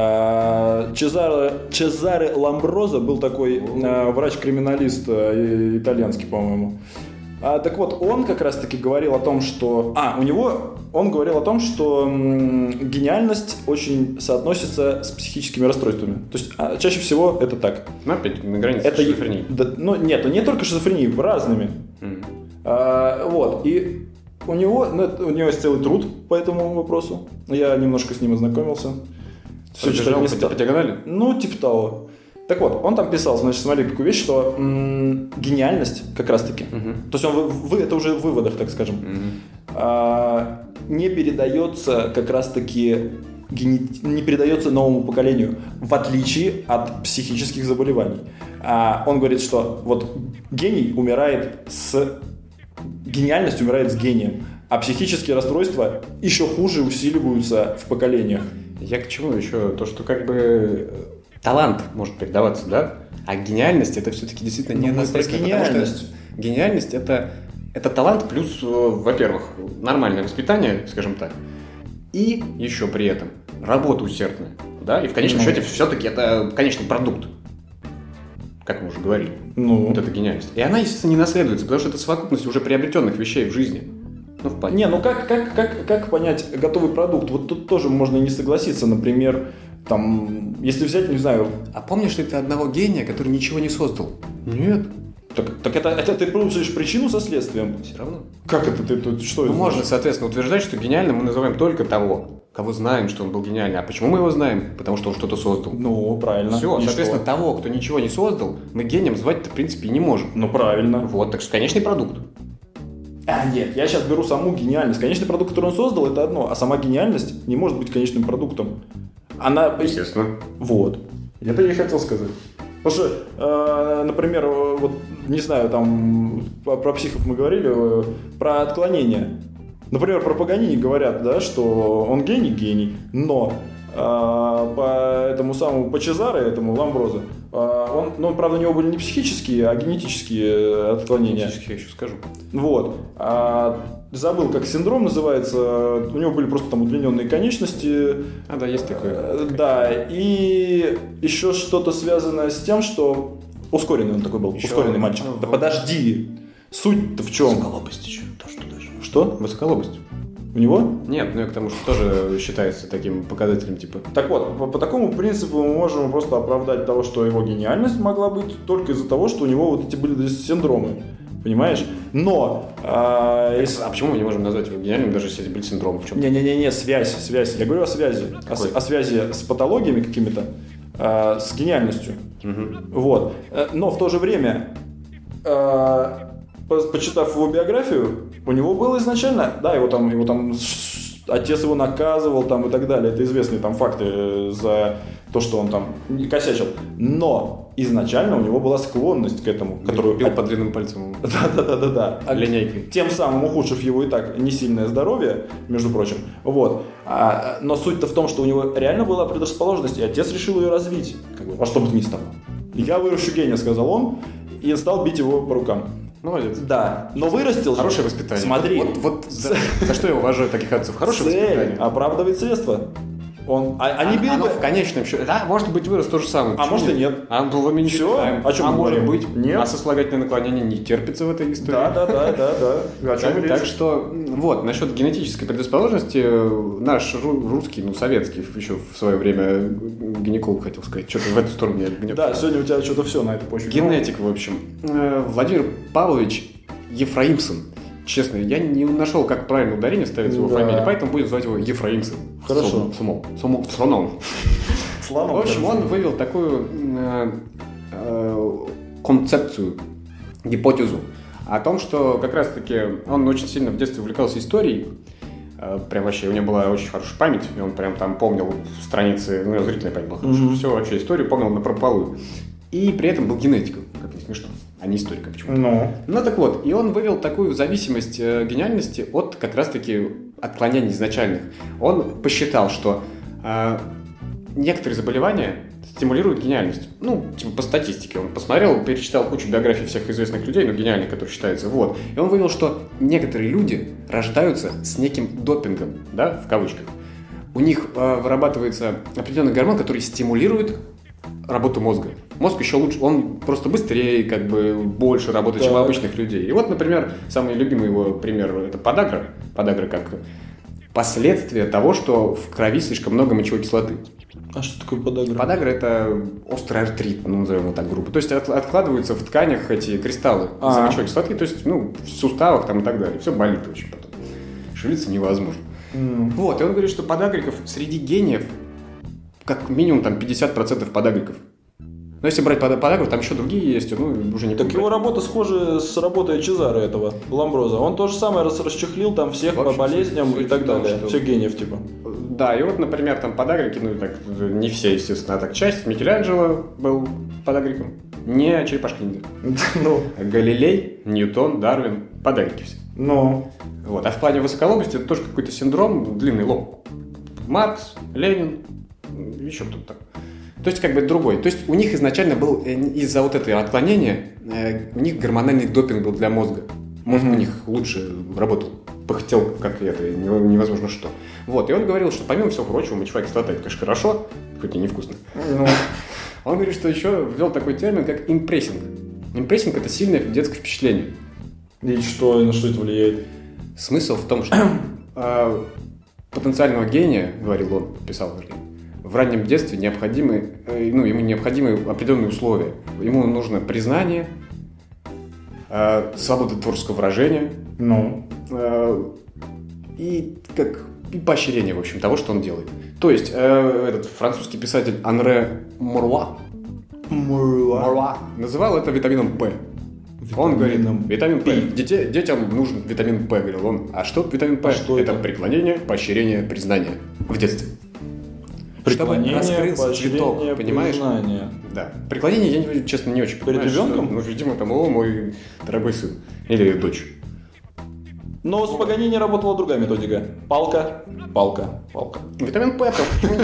Speaker 1: Чезаре Ламброзо был такой врач-криминалист итальянский, по-моему. Так вот, он как раз-таки говорил о том, что... Он говорил о том, что гениальность очень соотносится с психическими расстройствами. То есть, чаще всего это так.
Speaker 2: Ну, опять на границе шизофрении.
Speaker 1: Нет, не только шизофрении, разными. Вот, и у него есть целый труд по этому вопросу. Я немножко с ним ознакомился.
Speaker 2: Все читал по диагонали?
Speaker 1: Ну, типа того. Так вот, он там писал, значит, смотри, какую вещь, что гениальность, как раз-таки, то есть это уже в выводах, так скажем, не передается как раз-таки, не передается новому поколению, в отличие от психических заболеваний. Он говорит, что вот гениальность умирает с гением, а психические расстройства еще хуже усиливаются в поколениях.
Speaker 2: Я к чему еще? То, что как бы талант может передаваться, да? А гениальность это все-таки действительно не наследство. Потому что гениальность это талант плюс, во-первых, нормальное воспитание, скажем так, и еще при этом работа усердная, да? И в конечном счете все-таки это конечный продукт, как мы уже говорили. Вот эта гениальность. И она, естественно, не наследуется, потому что это совокупность уже приобретенных вещей в жизни.
Speaker 1: Как понять готовый продукт? Вот тут тоже можно не согласиться. Например, там, если взять, не знаю...
Speaker 2: А помнишь ли ты одного гения, который ничего не создал? Нет.
Speaker 1: Так это ты путаешь причину со следствием.
Speaker 2: Все равно.
Speaker 1: Как это ты тут что?
Speaker 2: Можно, соответственно, утверждать, что гениальным мы называем только того, кого знаем, что он был гениальный. А почему мы его знаем? Потому что он что-то создал.
Speaker 1: Ну, правильно.
Speaker 2: Все, соответственно, того, кто ничего не создал, мы гением звать-то, в принципе, и не можем.
Speaker 1: Ну, правильно.
Speaker 2: Вот, так что конечный продукт.
Speaker 1: Нет, я сейчас беру саму гениальность. Конечный продукт, который он создал, это одно, а сама гениальность не может быть конечным продуктом. Она...
Speaker 2: Естественно.
Speaker 1: Вот. Это я и хотел сказать. Потому что, например, вот, не знаю, там, про психов мы говорили, про отклонения. Например, про Паганини говорят, да, что он гений, но по этому самому, по Чезаре, этому Ламброзо, правда, у него были не психические, а генетические отклонения.
Speaker 2: Генетические, я еще скажу.
Speaker 1: Вот. Забыл, как синдром называется. У него были просто там удлиненные конечности.
Speaker 2: Да, есть такое.
Speaker 1: Да, и еще что-то связанное с тем, что ускоренный он такой был, ускоренный мальчик. Да подожди, суть-то в чем?
Speaker 2: Высоколобость еще, то что даже.
Speaker 1: Что?
Speaker 2: Высоколобость.
Speaker 1: У него?
Speaker 2: Нет, я к тому, что тоже считается таким показателем типа.
Speaker 1: Так вот, по такому принципу мы можем просто оправдать того, что его гениальность могла быть только из-за того, что у него вот эти были синдромы. Понимаешь? Но...
Speaker 2: А почему мы не можем назвать его гениальным, даже если это был синдром в чем-то?
Speaker 1: Не, связь. Я говорю о связи. О связи с патологиями какими-то, с гениальностью. Вот. Но в то же время, почитав его биографию, у него было изначально... Да, его там отец его наказывал там, и так далее. Это известные там факты за то, что он там косячил. Но изначально у него была склонность к этому, которую...
Speaker 2: Бил по длинным пальцам.
Speaker 1: Да.
Speaker 2: Линейкой.
Speaker 1: Тем самым ухудшив его и так несильное здоровье, между прочим. Вот. Но суть-то в том, что у него реально была предрасположенность, и отец решил ее развить. Во что бы то ни стало. Я выращу гения, сказал он, и стал бить его по рукам.
Speaker 2: Молодец.
Speaker 1: Да, но вырастил...
Speaker 2: Хорошее воспитание.
Speaker 1: Смотри.
Speaker 2: Вот за что я уважаю таких отцов. Хорошее воспитание.
Speaker 1: Оправдывает средства. Оно
Speaker 2: в конечном счете. Да, может быть, вырос то же самое.
Speaker 1: А может и нет.
Speaker 2: А было мы не
Speaker 1: считаем. О чем
Speaker 2: может быть.
Speaker 1: Нет.
Speaker 2: А сослагательное наклонение не терпится в этой истории.
Speaker 1: Да.
Speaker 2: Так что, вот, насчет генетической предрасположенности, наш русский, советский, еще в свое время гинеколог хотел сказать, что-то в эту сторону я гнет.
Speaker 1: Да, сегодня у тебя что-то все на этой почве.
Speaker 2: Генетик, в общем. Владимир Павлович Ефраимсон. Честно, я не нашел, как правильно ударение ставить его фамилию, поэтому будем звать его Ефраимсон.
Speaker 1: Хорошо.
Speaker 2: Слоном. В общем, он вывел такую концепцию, гипотезу о том, что как раз-таки он очень сильно в детстве увлекался историей. Прям вообще, у него была очень хорошая память, и он прям там помнил страницы, у него зрительная память была хорошая, все вообще историю помнил напропалую. И при этом был генетиком, как не смешно, а не историком почему-то. Ну так вот, и он вывел такую зависимость гениальности от как раз-таки отклонений изначальных. Он посчитал, что некоторые заболевания стимулируют гениальность. Ну, типа по статистике. Он посмотрел, перечитал кучу биографий всех известных людей, гениальных, которые считаются. Вот. И он вывел, что некоторые люди рождаются с неким допингом, да, в кавычках. У них вырабатывается определенный гормон, который стимулирует работу мозга. Мозг еще лучше, он просто быстрее, как бы больше работает, чем у обычных людей. И вот, например, самый любимый его пример – это подагра. Подагра как последствие того, что в крови слишком много мочевой кислоты.
Speaker 1: А что такое подагра?
Speaker 2: Подагра – это острый артрит, назовем его так грубо. То есть откладываются в тканях эти кристаллы из-за мочевой кислоты, то есть, в суставах там и так далее. Все болит очень потом. Шевелиться невозможно. Вот, и он говорит, что подагриков среди гениев как минимум там 50% подагриков. Но если брать подагру, там еще другие есть, уже не.
Speaker 1: Так его работа схожа с работой Чезаро этого, Ламброза. Он то же самое расчехлил там всех по болезням и так далее. Все гениев типа.
Speaker 2: Да, и вот, например, там подагрики, так не все, естественно, а так часть. Микеланджело был подагриком, не черепашка-ниндзя. Галилей, Ньютон, Дарвин, подагрики все. Вот, а в плане высоколобости это тоже какой-то синдром, длинный лоб. Маркс, Ленин, еще кто-то так. То есть, как бы другой. То есть, у них изначально был, из-за вот этого отклонения, у них гормональный допинг был для мозга. Мозг у них лучше работал. Похотел, как это, невозможно что. Вот, и он говорил, что помимо всего прочего, мочевая кислота, это, конечно, хорошо, хоть и невкусно. Он говорит, что еще ввел такой термин, как импрессинг. Импрессинг – это сильное детское впечатление.
Speaker 1: И что, на что это влияет?
Speaker 2: Смысл в том, что потенциального гения, говорил он, писал, в раннем детстве ему необходимы определенные условия. Ему нужно признание, свобода творческого выражения и поощрение, в общем, того, что он делает. То есть этот французский писатель Анре Муруа называл это витамином П. Он говорит, витамин П. Детям нужен витамин П, говорил он. А что витамин П? Это преклонение, поощрение, признание в детстве.
Speaker 1: Преклонение,
Speaker 2: раскрылся цветок, понимаешь?
Speaker 1: Признание.
Speaker 2: Да. Преклонение я, честно, не очень понимаю.
Speaker 1: Перед ребенком?
Speaker 2: Видимо, там, мой дорогой сын. Или дочь.
Speaker 1: Но с Паганини работала другая методика. Палка.
Speaker 2: Витамин П.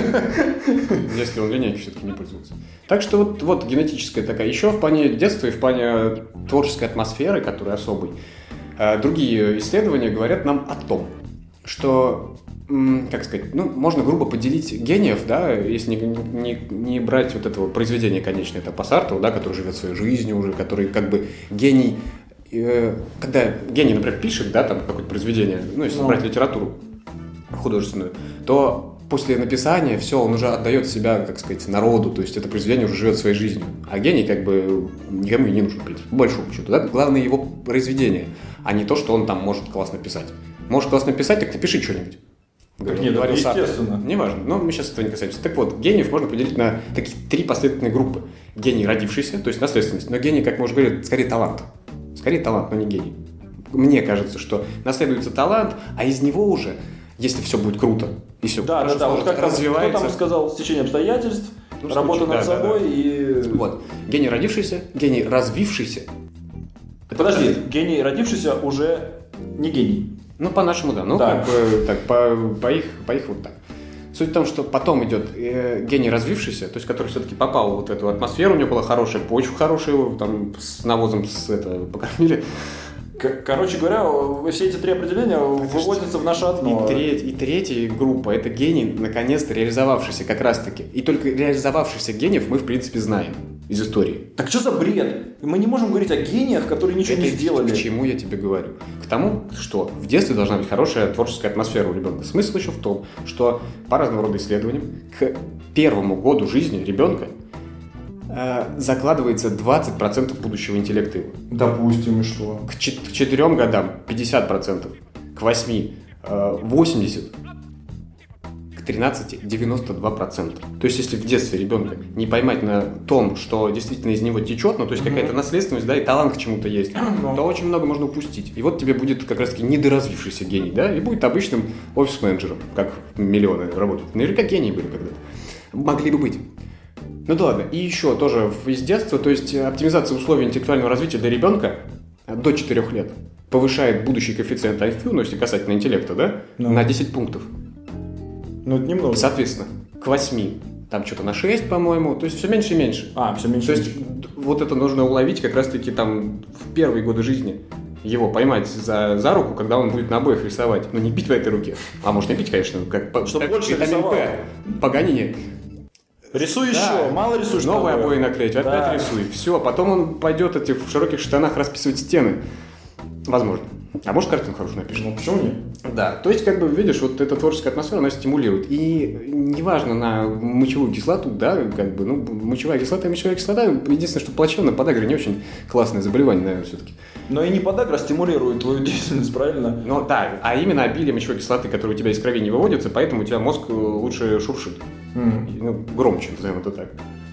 Speaker 2: Если он линейкой все-таки не пользуется. Так что вот генетическая такая. Еще в плане детства и в плане творческой атмосферы, которая особой, другие исследования говорят нам о том, что, как сказать, можно грубо поделить гениев, да, если не брать вот этого произведения конечное, это по Сарту, да, который живет своей жизнью уже, который как бы гений. Когда гений, например, пишет, да, там какое-то произведение, если брать литературу художественную, то после написания все, он уже отдает себя, как сказать, народу, то есть это произведение уже живет своей жизнью. А гений как бы никому и не нужен, в принципе, по большому счету. Да? Главное его произведение, а не то, что он там может классно писать. Можешь классно писать, так напиши что-нибудь.
Speaker 1: Нет, это естественно.
Speaker 2: Неважно, но мы сейчас этого не касаемся. Так вот, гениев можно поделить на такие 3 последовательные группы. Гений родившийся, то есть наследственность, но гений, как мы уже говорили, скорее талант. Скорее талант, но не гений. Мне кажется, что наследуется талант, а из него уже, если все будет круто, и все
Speaker 1: хорошо
Speaker 2: сложится,
Speaker 1: вот как развивается. Кто там сказал, стечение обстоятельств, работа над собой и...
Speaker 2: Вот. Гений родившийся, гений развившийся.
Speaker 1: Подожди, гений родившийся уже не гений.
Speaker 2: По-нашему, да. Как бы так, по их вот так. Суть в том, что потом идет гений развившийся, то есть который все-таки попал в вот эту атмосферу, у него была хорошая почва, хорошая, его там с навозом покормили.
Speaker 1: Короче говоря, все эти 3 определения выводятся в наше одно.
Speaker 2: И третья группа – это гений, наконец-то реализовавшийся как раз-таки. И только реализовавшихся гениев мы, в принципе, знаем из истории.
Speaker 1: Так что за бред? Мы не можем говорить о гениях, которые ничего не сделали.
Speaker 2: К чему я тебе говорю? К тому, что в детстве должна быть хорошая творческая атмосфера у ребенка. Смысл еще в том, что по разного рода исследованиям к 1-му году жизни ребенка закладывается 20% будущего интеллекта его.
Speaker 1: Допустим, и что?
Speaker 2: К 4 годам 50%, к 8 – 80%, к к 13 92%. То есть, если в детстве ребенка не поймать на том, что действительно из него течет, ну, то есть какая-то наследственность, да, и талант к чему-то есть, то очень много можно упустить. И вот тебе будет как раз-таки недоразвившийся гений, да, и будет обычным офис-менеджером, как миллионы работают. Наверняка гении были когда-то. Могли бы быть. Ну да ладно. И еще тоже из детства, то есть оптимизация условий интеллектуального развития для ребенка до 4 лет повышает будущий коэффициент IQ, ну если касательно интеллекта, да, на 10 пунктов.
Speaker 1: Ну это немного.
Speaker 2: Соответственно, к 8 там что-то на 6, по-моему, то есть все меньше и меньше.
Speaker 1: Все меньше.
Speaker 2: То есть вот это нужно уловить как раз-таки там в первые годы жизни. Его поймать за руку, когда он будет на обоих рисовать. Но не бить в этой руке. А может не бить, конечно,
Speaker 1: чтобы больше рисовал.
Speaker 2: Паганини.
Speaker 1: Рисуй еще, мало рисуешь.
Speaker 2: Новые обои наклеить, опять рисуй. Все, потом он пойдет в широких штанах расписывать стены. Возможно. А может, картину хорошую напишет.
Speaker 1: Ну, почему нет?
Speaker 2: Да, то есть, как бы, видишь, вот эта творческая атмосфера, она стимулирует. И неважно на мочевую кислоту, да, как бы, ну, мочевая кислота, единственное, что плачевно, подагра не очень классное заболевание, наверное, все-таки.
Speaker 1: Но и не подагра стимулирует твою деятельность, правильно?
Speaker 2: Ну, да, а именно обилие мочевой кислоты, которая у тебя из крови не выводится, поэтому у тебя мозг лучше шуршит. Ну, громче, назовем это так.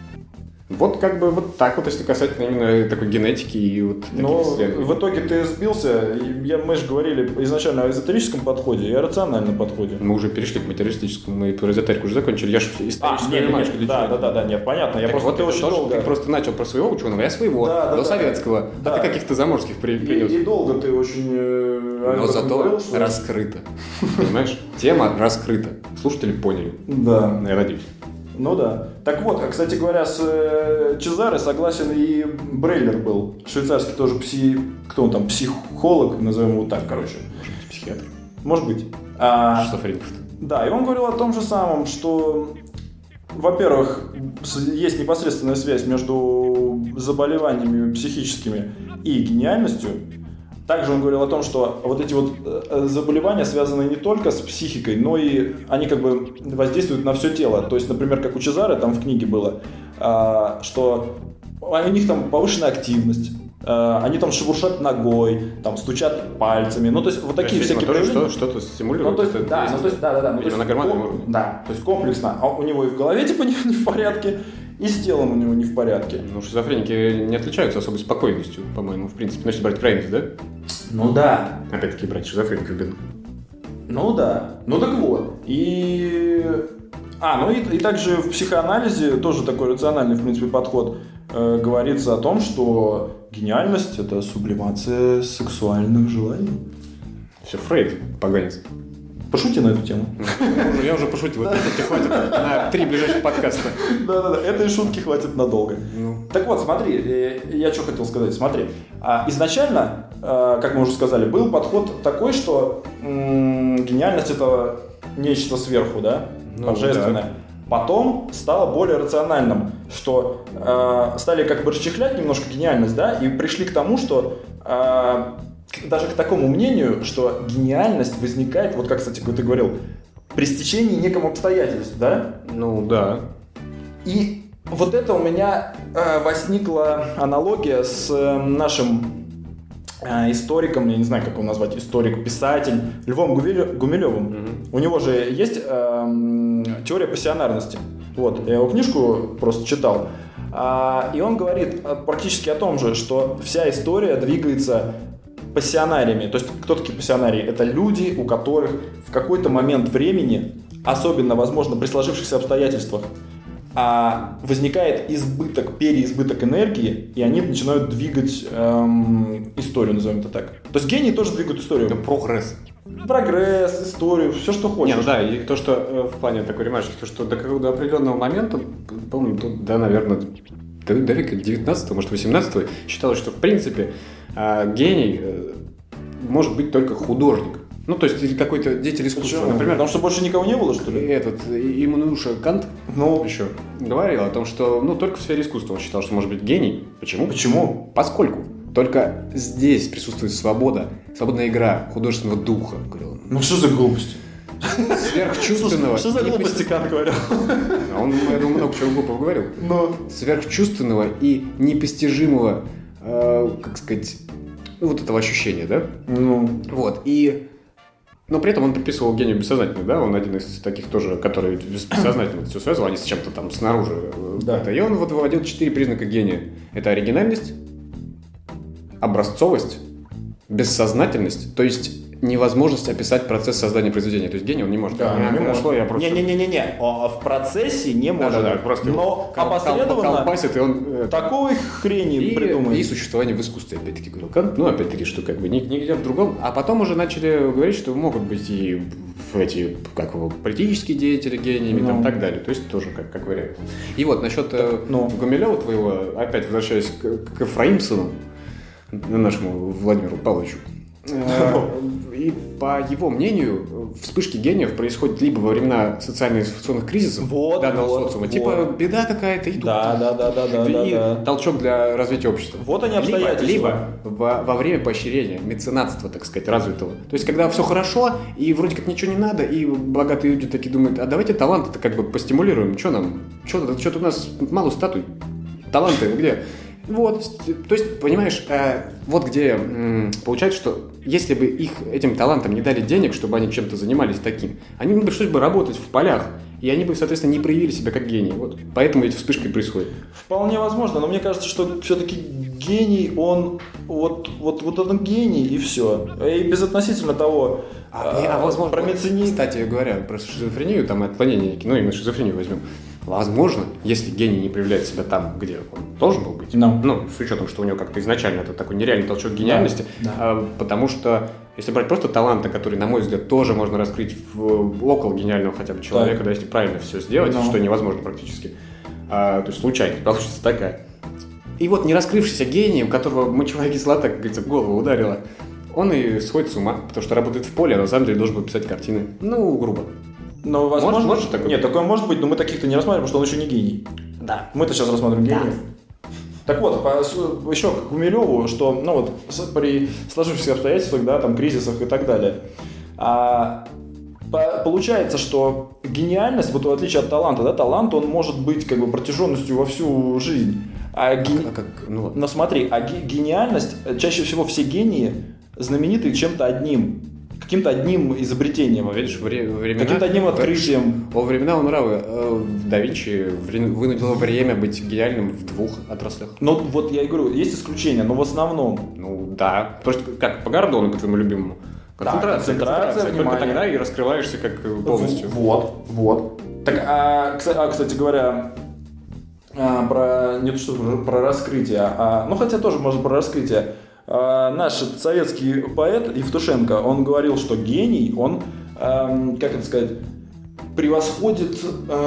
Speaker 2: Вот как бы вот так вот, если касательно именно такой генетики и вот таких исследований.
Speaker 1: В итоге ты сбился, мы же говорили изначально о эзотерическом подходе и о рациональном подходе.
Speaker 2: Мы уже перешли к материалистическому, мы про эзотерику уже закончили, я же историческую ремашку.
Speaker 1: Да, нет, понятно, я просто...
Speaker 2: Ты просто начал про своего ученого, я своего, до советского, а ты каких-то заморских принес.
Speaker 1: И долго ты очень...
Speaker 2: Но зато раскрыто, понимаешь? Тема раскрыта, слушатели поняли.
Speaker 1: Да.
Speaker 2: Я надеюсь.
Speaker 1: Ну да. Так вот, кстати говоря, с Чезаре согласен и Брейлер был. Швейцарский тоже кто он там, психолог, назовем его так, короче.
Speaker 2: Может быть, психиатр.
Speaker 1: Может быть.
Speaker 2: Шизофреников.
Speaker 1: Да, и он говорил о том же самом, что, во-первых, есть непосредственная связь между заболеваниями психическими и гениальностью. Также он говорил о том, что вот эти вот заболевания связаны не только с психикой, но и они как бы воздействуют на все тело. То есть, например, как у Чезаре там в книге было, что у них там повышенная активность, они там шебуршат ногой, там стучат пальцами. Ну, то есть, вот такие всякие проявления.
Speaker 2: Что-то стимулирует.
Speaker 1: Ну, то есть, да.
Speaker 2: Видимо, на гормональном уровне.
Speaker 1: Да, то есть комплексно. А у него и в голове типа не в порядке, и с телом у него не в порядке.
Speaker 2: Ну, шизофреники не отличаются особой спокойностью, по-моему, в принципе. Ну, если брать крайность, да?
Speaker 1: Ну да.
Speaker 2: Опять-таки брать шизофреников бедных.
Speaker 1: Ну да. Ну так вот. И также в психоанализе тоже такой рациональный, в принципе, подход. Говорится о том, что гениальность – это сублимация сексуальных желаний.
Speaker 2: Все, Фрейд, поганец.
Speaker 1: Пошути на эту тему.
Speaker 2: Я уже пошутил, это хватит на 3 ближайших подкаста.
Speaker 1: Да, этой шутки хватит надолго. Так вот, смотри, я что хотел сказать. Смотри, изначально, как мы уже сказали, был подход такой, что гениальность – это нечто сверху, да, божественное. Да. Потом стало более рациональным, что стали как бы расчехлять немножко гениальность, да, и пришли к тому, что даже к такому мнению, что гениальность возникает, вот как, кстати, ты говорил, при стечении некому обстоятельств, да?
Speaker 2: Ну, да.
Speaker 1: И вот это у меня возникла аналогия с нашим историком, я не знаю, как его назвать, историк-писатель Львом Гумилевым. У него же есть теория пассионарности. Вот, я его книжку просто читал. И он говорит практически о том же, что вся история двигается пассионариями. То есть, кто такие пассионарии? Это люди, у которых в какой-то момент времени, особенно, возможно, при сложившихся обстоятельствах, возникает переизбыток энергии, и они начинают двигать историю, назовем это так. То есть гении тоже двигают историю.
Speaker 2: Это прогресс.
Speaker 1: Прогресс, историю, все, что хочешь.
Speaker 2: Нет, да, и то, что в плане такой ремарки, то, что до определенного момента, помню, наверное, до века 19, может, 18 считалось, что, в принципе, гений может быть только художник. Ну, то есть, или какой-то деятель искусства.
Speaker 1: Почему? Например, потому что больше никого не было, что ли?
Speaker 2: Иммануил Кант еще говорил о том, что только в сфере искусства он считал, что может быть гений. Почему? Поскольку только здесь присутствует свобода, свободная игра художественного духа, говорил он.
Speaker 1: Ну, что за глупость?
Speaker 2: Сверхчувственного.
Speaker 1: Что за глупости Кант говорил?
Speaker 2: Он, я думаю, много чего глупого говорил. Сверхчувственного и непостижимого, как сказать, вот этого ощущения, да?
Speaker 1: Ну.
Speaker 2: Вот. И Но при этом он приписывал гению бессознательно, да? Он один из таких тоже, который бессознательно все связывал, а не с чем-то там снаружи. Да. И он вот выводил 4 признака гения. Это оригинальность, образцовость, бессознательность, то есть невозможность описать процесс создания произведения. То есть гений он не может.
Speaker 1: Да, не может. Не-не-не. В процессе не может.
Speaker 2: Да, просто
Speaker 1: но опосредованно
Speaker 2: колбасит, и он
Speaker 1: такой хрени придумает.
Speaker 2: И существование в искусстве, опять-таки, говорил Кант. Ну, опять-таки, что как бы нигде в другом. А потом уже начали говорить, что могут быть и эти, как его, политические деятели гениями, там, и так далее. То есть тоже как вариант. И вот насчет Гумилева твоего, опять возвращаясь к Ефраимсону, нашему Владимиру Павловичу. И по его мнению, вспышки гениев происходят либо во времена социально-информационных кризисов данного социума, типа беда какая-то, и тут и толчок для развития общества.
Speaker 1: Вот они обстоятельства.
Speaker 2: Либо во время поощрения, меценатства, так сказать, развитого. То есть, когда все хорошо, и вроде как ничего не надо, и богатые люди такие думают, а давайте таланты-то как бы постимулируем, что нам? Что-то у нас мало статуй. Таланты где? Вот, то есть, понимаешь, вот где получается, что если бы этим талантам не дали денег, чтобы они чем-то занимались таким, они бы пришлось бы работать в полях, и они бы, соответственно, не проявили себя как гении. Вот. Поэтому эти вспышки происходят.
Speaker 1: Вполне возможно, но мне кажется, что все-таки гений, он вот он гений, и все. И безотносительно того,
Speaker 2: возможно,
Speaker 1: про меценизм.
Speaker 2: Кстати говоря, про шизофрению, там отклонение, ну именно шизофрению возьмем. Возможно, если гений не проявляет себя там, где он должен был быть, ну, с учетом, что у него как-то изначально это такой нереальный толчок гениальности, потому что, если брать просто таланты, которые, на мой взгляд, тоже можно раскрыть около гениального хотя бы человека, да, если правильно все сделать, что невозможно практически, то есть случайность получится такая. И вот не раскрывшийся гений, у которого мочевая кислота, как говорится, в голову ударила, он и сходит с ума, потому что работает в поле, а на самом деле должен был писать картины, ну, грубо.
Speaker 1: Но, возможно,
Speaker 2: может такое?
Speaker 1: Нет, такое может быть, но мы таких-то не рассматриваем, потому что он еще не гений.
Speaker 2: Да.
Speaker 1: Мы-то сейчас рассматриваем гениев. Так вот, еще к Гумилеву, что, ну вот, при сложившихся обстоятельствах, да, там, кризисах и так далее, получается, что гениальность, вот в отличие от таланта, да, талант, он может быть как бы протяженностью во всю жизнь. Но смотри, гениальность, чаще всего все гении знамениты чем-то одним. Каким-то одним изобретением,
Speaker 2: видишь,
Speaker 1: каким-то одним открытием.
Speaker 2: Во времена Унравы да Винчи вынудило время быть гениальным в 2 отраслях.
Speaker 1: Ну, вот я и говорю, есть исключения, но в основном.
Speaker 2: Ну, да. Потому что, как по Гордону, по твоему любимому. Концентрация, внимания. Только тогда и раскрываешься как полностью.
Speaker 1: Вот. Так, кстати говоря, не то что про раскрытие, ну, хотя тоже можно про раскрытие. Наш советский поэт Евтушенко, он говорил, что гений, он, как это сказать, превосходит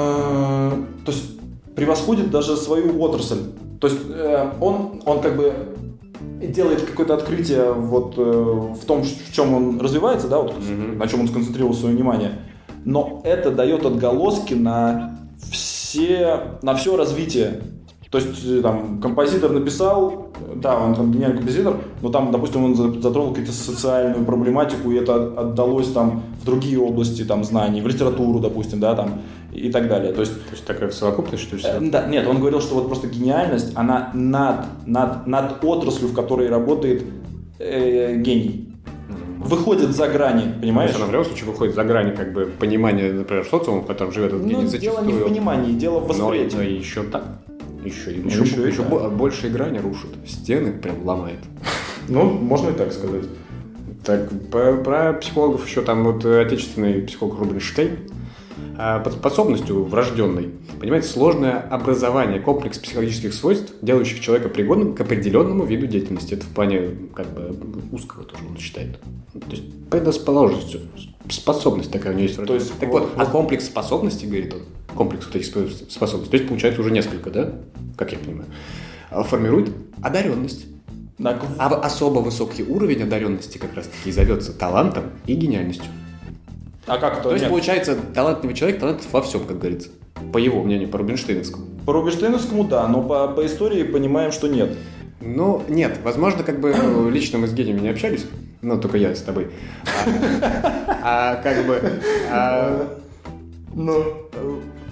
Speaker 1: даже свою отрасль. То есть он как бы делает какое-то открытие вот в том, в чем он развивается, да, вот, на чем он сконцентрировал свое внимание. Но это дает отголоски на все развитие. То есть, там, композитор написал, да, он там гениальный композитор, но там, допустим, он затронул какую-то социальную проблематику, и это отдалось там в другие области там знаний, в литературу, допустим, да, там, и так далее. То есть
Speaker 2: такая совокупность, что ли?
Speaker 1: Да, нет, он говорил, что вот просто гениальность, она над отраслью, в которой работает гений. Выходит за грани, понимаешь?
Speaker 2: В любом случае выходит за грани как бы понимания, например, социума, в котором живет этот гений.
Speaker 1: Дело не в понимании, дело в восприятии.
Speaker 2: Но еще так. Еще больше грани рушит. Стены прям ломает.
Speaker 1: Ну, можно и так сказать.
Speaker 2: Так, про психологов еще там вот отечественный психолог Рубинштейн под способностью врожденной, понимаете, сложное образование, комплекс психологических свойств, делающих человека пригодным к определенному виду деятельности. Это в плане как бы узкого тоже он считает. То есть предрасположенность, способность такая у него есть.
Speaker 1: То есть,
Speaker 2: так вот, а комплекс способностей, говорит он, комплекс вот этих способностей, то есть получается уже несколько, да, как я понимаю, формирует одаренность. А особо высокий уровень одаренности как раз-таки и зовется талантом и гениальностью.
Speaker 1: А как это?
Speaker 2: То есть, получается, талантливый человек талантлив во всем, как говорится. По его мнению, по Рубинштейновскому.
Speaker 1: По Рубинштейновскому, да, но по истории понимаем, что нет.
Speaker 2: Ну, нет, возможно, как бы лично мы с гениями не общались, но только я с тобой.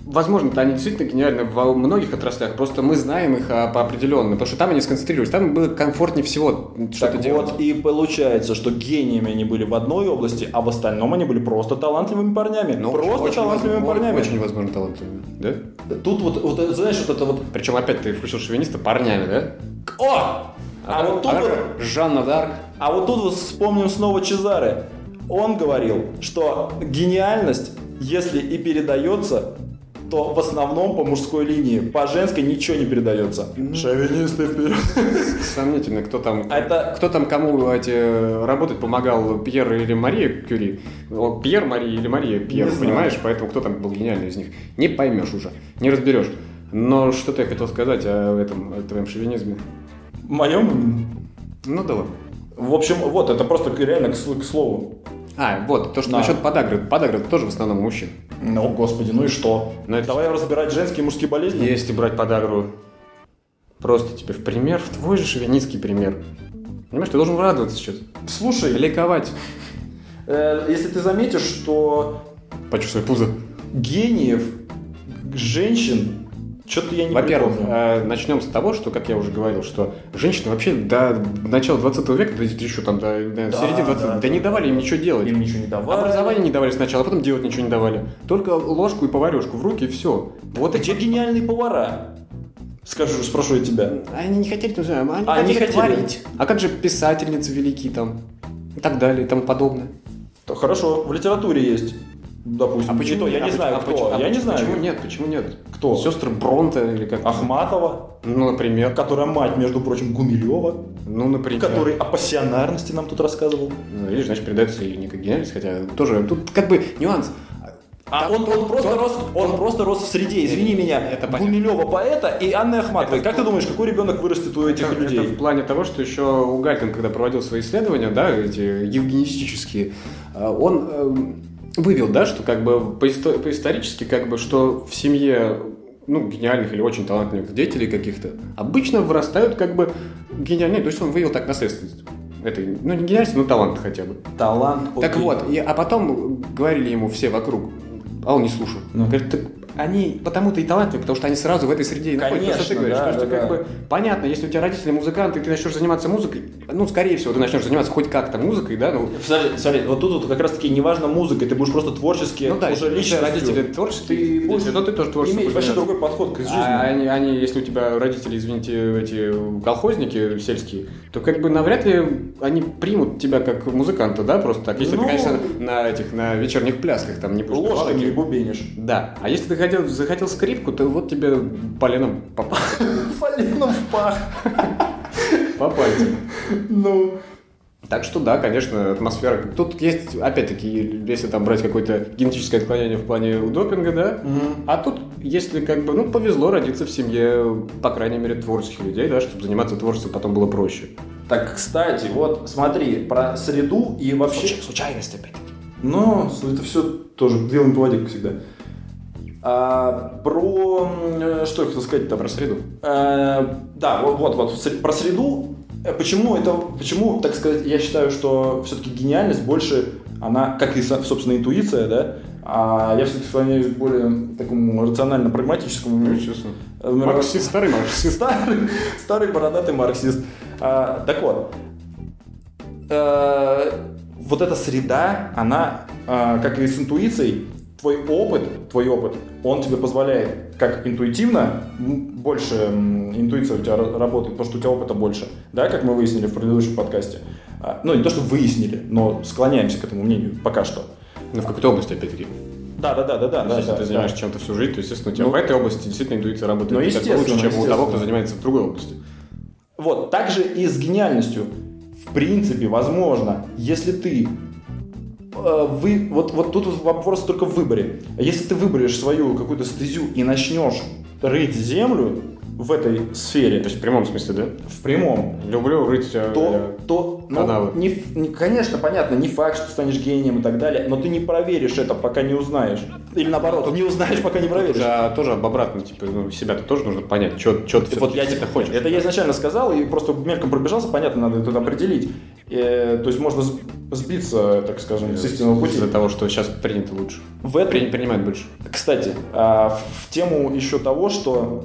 Speaker 2: возможно, они действительно гениальны во многих отраслях, просто мы знаем их по определенным, потому что там они сконцентрировались, там было комфортнее всего что-то делать.
Speaker 1: Вот и получается, что гениями они были в одной области, а в остальном они были просто талантливыми парнями. Талантливыми парнями.
Speaker 2: Очень возможно талантливыми, да?
Speaker 1: Тут вот знаешь, вот это вот...
Speaker 2: Причем опять ты включил шовиниста парнями, да?
Speaker 1: Вот тут вот...
Speaker 2: Жанна д'Арк.
Speaker 1: А вот тут вот вспомним снова Чезаре. Он говорил, что гениальность, если и передается, то в основном по мужской линии, по женской ничего не передается. Шовинисты вперед.
Speaker 2: Сомнительно, кто там кому работать помогал, Пьер или Мария Кюри. Пьер, Мария или Мария Пьер, понимаешь? Поэтому кто там был гениальный из них? Не поймешь уже, не разберешь. Но что-то я хотел сказать о твоем шовинизме.
Speaker 1: Моем?
Speaker 2: Ну да ладно.
Speaker 1: В общем, вот, это просто реально к слову.
Speaker 2: Вот, то, что насчет подагры. Подагра тоже в основном мужчин.
Speaker 1: Ну, господи, ну и что? Давай разбирать женские и мужские болезни.
Speaker 2: Если брать подагру просто тебе в пример, в твой же шовинистский пример. Понимаешь, ты должен радоваться сейчас.
Speaker 1: Слушай.
Speaker 2: Ликовать.
Speaker 1: Если ты заметишь, что...
Speaker 2: Почувствуй пузо.
Speaker 1: Гениев, женщин... Что-то я не
Speaker 2: Во-первых, начнем с того, что, как я уже говорил, что женщины вообще до начала 20 века, до середины 20 не давали им ничего делать.
Speaker 1: Им ничего не давали.
Speaker 2: Образование не давали сначала, а потом делать ничего не давали. Только ложку и поварешку в руки, и все.
Speaker 1: Вот эти гениальные повара. Спрошу я тебя.
Speaker 2: Они не хотели, они хотели творить. А как же писательницы великие там? И так далее, и тому подобное.
Speaker 1: Хорошо, в литературе есть. Допустим.
Speaker 2: А почему
Speaker 1: я не знаю, кто. Я не знаю.
Speaker 2: Почему нет?
Speaker 1: Кто?
Speaker 2: Сестры Бронте или как?
Speaker 1: Ахматова.
Speaker 2: Ну, например.
Speaker 1: Которая мать, между прочим, Гумилева.
Speaker 2: Ну, например.
Speaker 1: Который о пассионарности нам тут рассказывал.
Speaker 2: Ну, видишь, значит, передается и не как гениальность, хотя тоже тут как бы нюанс.
Speaker 1: Он просто рос в среде, извини меня, Гумилева поэта и Анны Ахматовой. Как ты думаешь, какой ребенок вырастет у этих людей?
Speaker 2: Это в плане того, что еще у Галькин, когда проводил свои исследования, да, эти евгенистические, он вывел, да, что как бы по-исторически, как бы, что в семье гениальных или очень талантливых деятелей каких-то обычно вырастают как бы гениальные, то есть он вывел так наследственность. Это, не гениальность, но талант хотя бы.
Speaker 1: Талант.
Speaker 2: Так вот, а потом говорили ему все вокруг, а он не слушал. Говорит, так они потому-то и талантливы, потому что они сразу в этой среде находятся. Конечно, что ты говоришь, что как бы понятно, если у тебя родители музыканты, и ты начнешь заниматься музыкой, скорее всего, ты начнешь заниматься хоть как-то музыкой, да?
Speaker 1: Смотри, вот тут как раз-таки не важно музыкой, ты будешь просто творчески, уже личностью.
Speaker 2: Родители творческие, ты будешь, но ты тоже творческий.
Speaker 1: Имеешь вообще другой подход к жизни.
Speaker 2: Они, если у тебя родители, извините, эти колхозники сельские, то как бы навряд ли они примут тебя как музыканта, да, просто так. Если ты, конечно, на вечерних плясках там не будешь.
Speaker 1: Ложками и бубенишь.
Speaker 2: Да. А если ты захотел скрипку, то вот тебе поленом по пальцам.
Speaker 1: Поленом в пах.
Speaker 2: По пальцам. Так что да, конечно, атмосфера. Тут есть, опять-таки, если там брать какое-то генетическое отклонение в плане допинга, да, а тут, если как бы, повезло родиться в семье, по крайней мере, творческих людей, да, чтобы заниматься творчеством потом было проще.
Speaker 1: Так, кстати, вот смотри, про среду и вообще...
Speaker 2: Случайность опять-таки.
Speaker 1: Это все тоже вилами по воде, как всегда. Что я хотел сказать-то?
Speaker 2: Про среду.
Speaker 1: Да, вот, про среду. Почему, так сказать, я считаю, что все-таки гениальность больше, она, как и, собственно, интуиция, да, а я все-таки склоняюсь к более такому рационально-прагматическому.
Speaker 2: Марксист, старый марксист.
Speaker 1: Старый бородатый марксист. Так вот, вот эта среда, она, как и с интуицией, твой опыт, он тебе позволяет, как интуитивно, больше интуиция у тебя работает, потому что у тебя опыта больше, да, как мы выяснили в предыдущем подкасте. Не то, что выяснили, но склоняемся к этому мнению пока что.
Speaker 2: В какой-то области, опять-таки.
Speaker 1: Да.
Speaker 2: Если ты занимаешься чем-то всю жизнь, то, естественно, у тебя в этой области действительно интуиция работает лучше, чем у того, кто занимается в другой области.
Speaker 1: Вот, также и с гениальностью. В принципе, возможно, если ты... Вот тут вопрос только в выборе. Если ты выберешь свою какую-то стезю и начнешь рыть землю в этой сфере...
Speaker 2: То есть в прямом смысле, да?
Speaker 1: В прямом.
Speaker 2: Люблю рыть канавы.
Speaker 1: Конечно, понятно, не факт, что станешь гением и так далее, но ты не проверишь это, пока не узнаешь. Или наоборот, не узнаешь, пока не проверишь.
Speaker 2: Тоже об обратном, себя-то тоже нужно понять, что ты
Speaker 1: вот я тебе
Speaker 2: хочешь.
Speaker 1: Это я изначально сказал, и просто мельком пробежался, понятно, надо это определить. То есть можно сбиться, так скажем, с истинного пути.
Speaker 2: Из-за того, что сейчас принято лучше. Принимают больше.
Speaker 1: Кстати, в тему еще того, что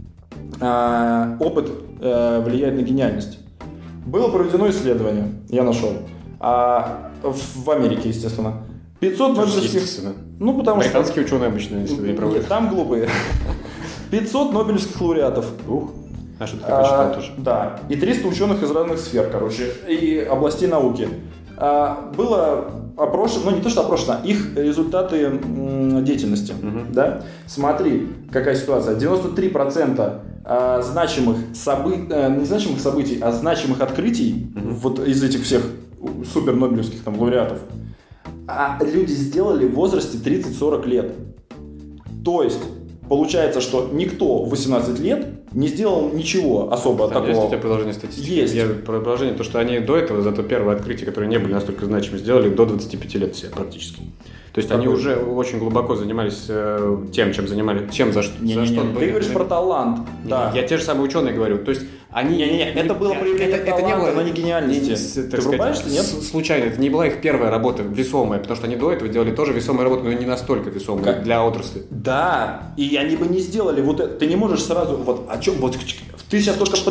Speaker 1: опыт влияет на гениальность. Было проведено исследование, я нашел, в Америке, естественно. 500 нобелевских...
Speaker 2: Ну, потому американские ученые обычно исследования проводят.
Speaker 1: Там глупые. 500 нобелевских лауреатов.
Speaker 2: А что ты прочитал тоже?
Speaker 1: Да. И 300 ученых из разных сфер, и областей науки. Было опрошено, не то что опрошено, их результаты деятельности. Да? Смотри, какая ситуация. 93% значимых не значимых событий, а значимых открытий вот из этих всех супер нобелевских там лауреатов люди сделали в возрасте 30-40 лет. То есть получается, что никто в 18 лет не сделал ничего особо такого.
Speaker 2: Есть у тебя продолжение статистики?
Speaker 1: Есть.
Speaker 2: Продолжение, то, что они до этого, зато первые открытия, которые не были настолько значимы, сделали до 25 лет все практически. То есть они уже очень глубоко занимались тем, чем занимались, за что.
Speaker 1: Ты говоришь про талант.
Speaker 2: Да. Я те же самые ученые говорю. То есть они...
Speaker 1: Это было проявление таланта, но не гениальности.
Speaker 2: Ты врубаешься, нет? Случайно. Это не была их первая работа весомая, потому что они до этого делали тоже весомые работы, но не настолько весомые для отрасли.
Speaker 1: Да, и они бы не сделали вот это. Ты не можешь сразу... Вот о чем... Вот, ты сейчас только...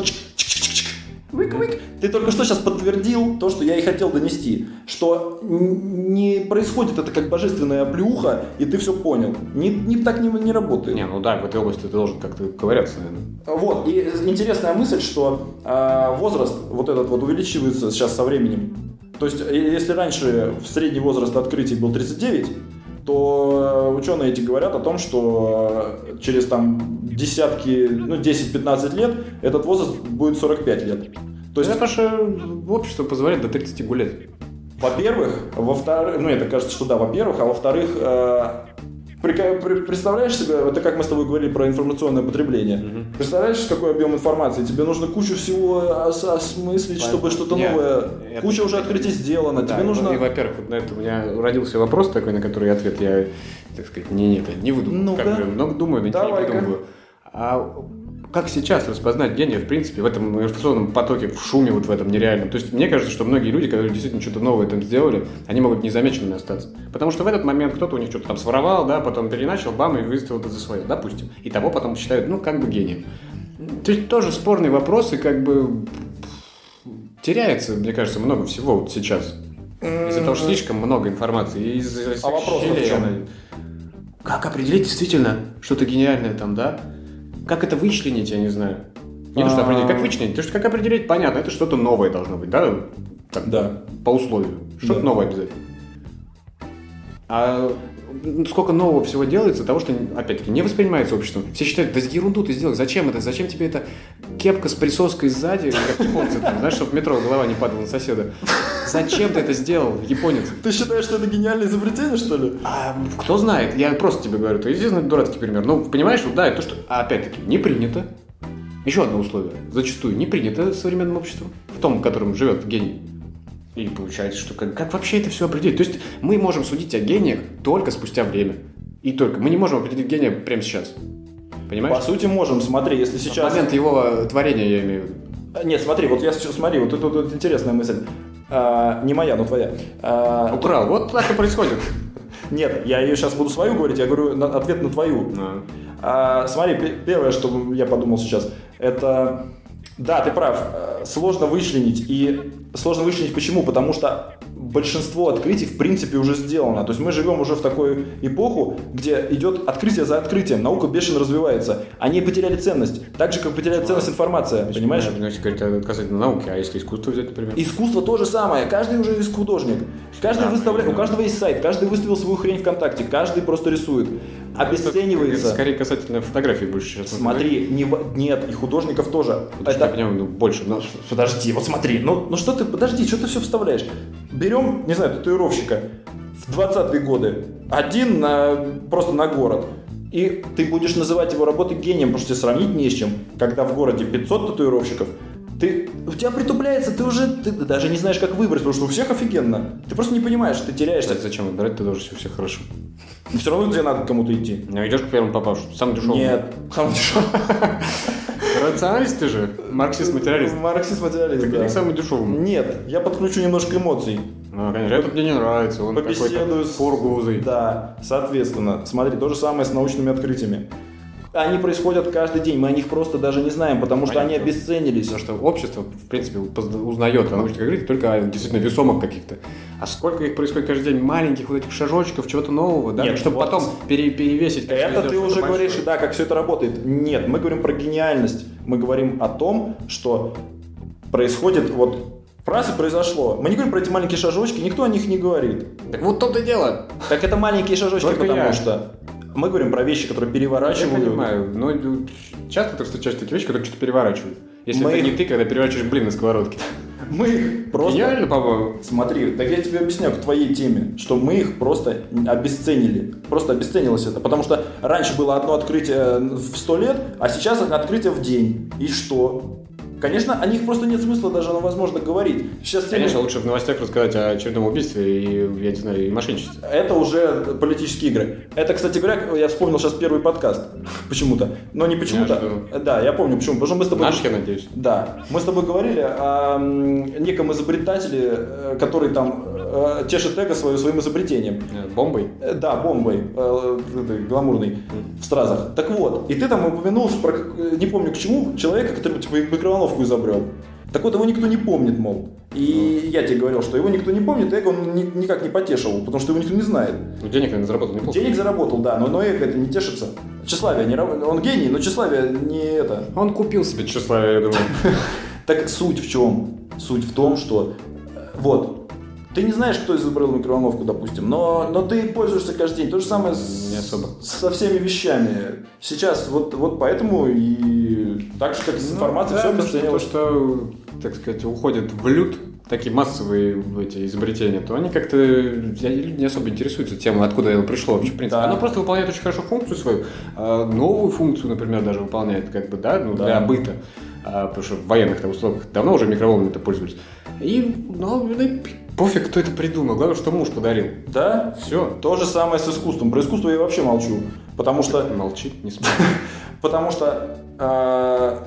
Speaker 1: Ты только что сейчас подтвердил то, что я и хотел донести, что не происходит это как божественная оплеуха, и ты все понял. Так не работает.
Speaker 2: Ну да, в этой области ты должен как-то ковыряться, наверное.
Speaker 1: Вот, и интересная мысль, что возраст вот этот вот увеличивается сейчас со временем. То есть, если раньше средний возраст открытий был 39, то ученые эти говорят о том, что через там 10-15 лет этот возраст будет 45 лет. То есть
Speaker 2: наше общество позволяет до 30 гулять.
Speaker 1: Во-первых, во-вторых, это кажется, что да, во-первых, а во-вторых, представляешь себе, это как мы с тобой говорили про информационное потребление. Представляешь, какой объем информации? Тебе нужно кучу всего осмыслить, чтобы что-то новое. Куча уже открытий сделана.
Speaker 2: Да,
Speaker 1: тебе нужно...
Speaker 2: И, во-первых, вот на это у меня родился вопрос такой, на который ответ я, так сказать, не выдумал. Много думаю, но не выдумываю. А как сейчас распознать гения, в принципе, в этом информационном потоке, в шуме вот в этом нереальном? То есть мне кажется, что многие люди, которые действительно что-то новое там сделали, они могут незамеченными остаться. Потому что в этот момент кто-то у них что-то там своровал, да, потом переначал, бам, и выставил это за свое, допустим. И того потом считают, как бы гением. То есть тоже спорные вопросы, как бы теряется, мне кажется, много всего вот сейчас. Из-за того, что слишком много информации.
Speaker 1: А вопрос в чем?
Speaker 2: Как определить действительно что-то гениальное там, да? Как это вычленить, я не знаю. Не то, что определить. Как вычленить? То, что как определить, понятно, это что-то новое должно быть, да?
Speaker 1: Да.
Speaker 2: По условию. Что-то новое обязательно. А сколько нового всего делается, того, что, опять-таки, не воспринимается обществом. Все считают, да ерунду ты сделал, зачем это? Зачем тебе эта кепка с присоской сзади, как японцы там, знаешь, чтобы в метро голова не падала на соседа? Зачем ты это сделал, японец?
Speaker 1: Ты считаешь, что это гениальное изобретение, что ли?
Speaker 2: Кто знает, я просто тебе говорю, это единственный дурацкий пример. Понимаешь, да, это то, что, опять-таки, не принято. Еще одно условие, зачастую не принято современным обществом, в том, в котором живет гений. И получается, что как вообще это все определить? То есть мы можем судить о гениях только спустя время. И только. Мы не можем определить гения прямо сейчас. Понимаешь?
Speaker 1: По сути можем. Смотри, если сейчас...
Speaker 2: В момент его творения, я имею в виду.
Speaker 1: Нет, смотри, вот я сейчас смотри, вот тут интересная мысль. Не моя, но твоя.
Speaker 2: Украл. Вот так и происходит.
Speaker 1: Нет, я ее сейчас буду свою говорить, я говорю ответ на твою. Смотри, первое, что я подумал сейчас, это... Да, ты прав. Сложно вычленить. И сложно вычленить почему? Потому что большинство открытий в принципе уже сделано. То есть мы живем уже в такую эпоху, где идет открытие за открытием. Наука бешено развивается. Они потеряли ценность. Так же, как потеряли ценность информация. Понимаешь?
Speaker 2: Если говорить касательно науки, а если искусство взять, например?
Speaker 1: Искусство то же самое. Каждый уже художник. Каждый выставляет, у каждого есть сайт. Каждый выставил свою хрень ВКонтакте. Каждый просто рисует. Обесценивается.
Speaker 2: Это скорее касательно фотографий больше сейчас.
Speaker 1: Смотри, нет, и художников тоже.
Speaker 2: Это... Я понимаю, больше. Но...
Speaker 1: Подожди, вот смотри. Что ты, подожди, что ты все вставляешь? Берем, не знаю, татуировщика в 20-е годы. Один просто на город. И ты будешь называть его работы гением, потому что тебе сравнить не с чем. Когда в городе 500 татуировщиков, у тебя притупляется, ты даже не знаешь, как выбрать, потому что у всех офигенно. Ты просто не понимаешь, ты теряешься.
Speaker 2: Кстати, зачем выбирать, ты должен все хорошо.
Speaker 1: Но все равно тебе надо к кому-то идти.
Speaker 2: Идешь к первому попавшему, самый дешевый.
Speaker 1: Нет, самый дешевый.
Speaker 2: Рационалист ты же? Марксист-материалист?
Speaker 1: Марксист-материалист,
Speaker 2: так
Speaker 1: да.
Speaker 2: не самый дешевый.
Speaker 1: Нет, я подключу немножко эмоций.
Speaker 2: Ну, конечно, это мне не нравится, он какой-то фургузый.
Speaker 1: Да, соответственно, смотри, то же самое с научными открытиями. Они происходят каждый день, мы о них просто даже не знаем, потому что они обесценились.
Speaker 2: Потому что общество, в принципе, узнает о научных открытиях только о действительно весомых каких-то. А сколько их происходит каждый день, маленьких вот этих шажочков, чего-то нового, да?
Speaker 1: Нет,
Speaker 2: чтобы
Speaker 1: вот
Speaker 2: потом перевесить.
Speaker 1: Это ты уже говоришь, да, как все это работает. Нет, мы говорим про гениальность. Мы говорим о том, что происходит вот... Раз и произошло. Мы не говорим про эти маленькие шажочки, никто о них не говорит.
Speaker 2: Так вот то-то и дело.
Speaker 1: Так это маленькие шажочки,
Speaker 2: только
Speaker 1: потому что мы говорим про вещи, которые переворачивают.
Speaker 2: Я понимаю, но часто ты встречаешь такие вещи, которые что-то переворачивают. Если это не ты, когда переворачиваешь блин на сковородке.
Speaker 1: Мы их просто...
Speaker 2: Гениально, по-моему.
Speaker 1: Смотри, так я тебе объясняю к твоей теме, что мы их просто обесценили. Просто обесценилось это. Потому что раньше было одно открытие в 100 лет, а сейчас открытие в день. И что? Конечно, о них просто нет смысла даже, возможно, говорить. Сейчас
Speaker 2: конечно, лучше в новостях рассказать о очередном убийстве и, я не знаю, и мошенничестве.
Speaker 1: Это уже политические игры. Это, кстати говоря, я вспомнил сейчас первый подкаст. Почему-то. Но не почему-то. Да, я помню почему. Потому что мы с тобой...
Speaker 2: Наш, я надеюсь.
Speaker 1: Да. Мы с тобой говорили о неком изобретателе, который там тешит эго своим изобретением.
Speaker 2: Бомбой?
Speaker 1: Да, бомбой. Гламурной. В стразах. Так вот. И ты там упомянул, про, не помню к чему, человека, который типа микроволновку изобрел. Так вот, его никто не помнит, мол. И я тебе говорил, что его никто не помнит, эго он никак не потешил, потому что его никто не знает.
Speaker 2: Ну, денег, наверное, заработал неплохо.
Speaker 1: Денег заработал, да, но эго это не тешится. Тщеславие, он гений, но тщеславие не это.
Speaker 2: Он купил себе тщеславие, я думаю. Так
Speaker 1: суть в чем? Суть в том, что вот, ты не знаешь, кто изобрел микроволновку, допустим, но ты пользуешься каждый день. То же самое со всеми вещами. Сейчас вот поэтому и так же, как с информацией, все обесценилось.
Speaker 2: То, что, так сказать, уходят в люд, такие массовые эти изобретения, то они как-то, люди не особо интересуются темой, откуда это пришло вообще, в принципе. Да. Оно просто выполняет очень хорошо функцию свою, новую функцию, например, даже выполняет, как бы, да, ну, для быта. Потому что в военных условиях давно уже микроволновками-то пользовались. И, пофиг, кто это придумал. Главное, что муж подарил.
Speaker 1: Да?
Speaker 2: Все.
Speaker 1: То же самое с искусством. Про искусство я вообще молчу. Потому что...
Speaker 2: Молчит, не смог.
Speaker 1: Потому что...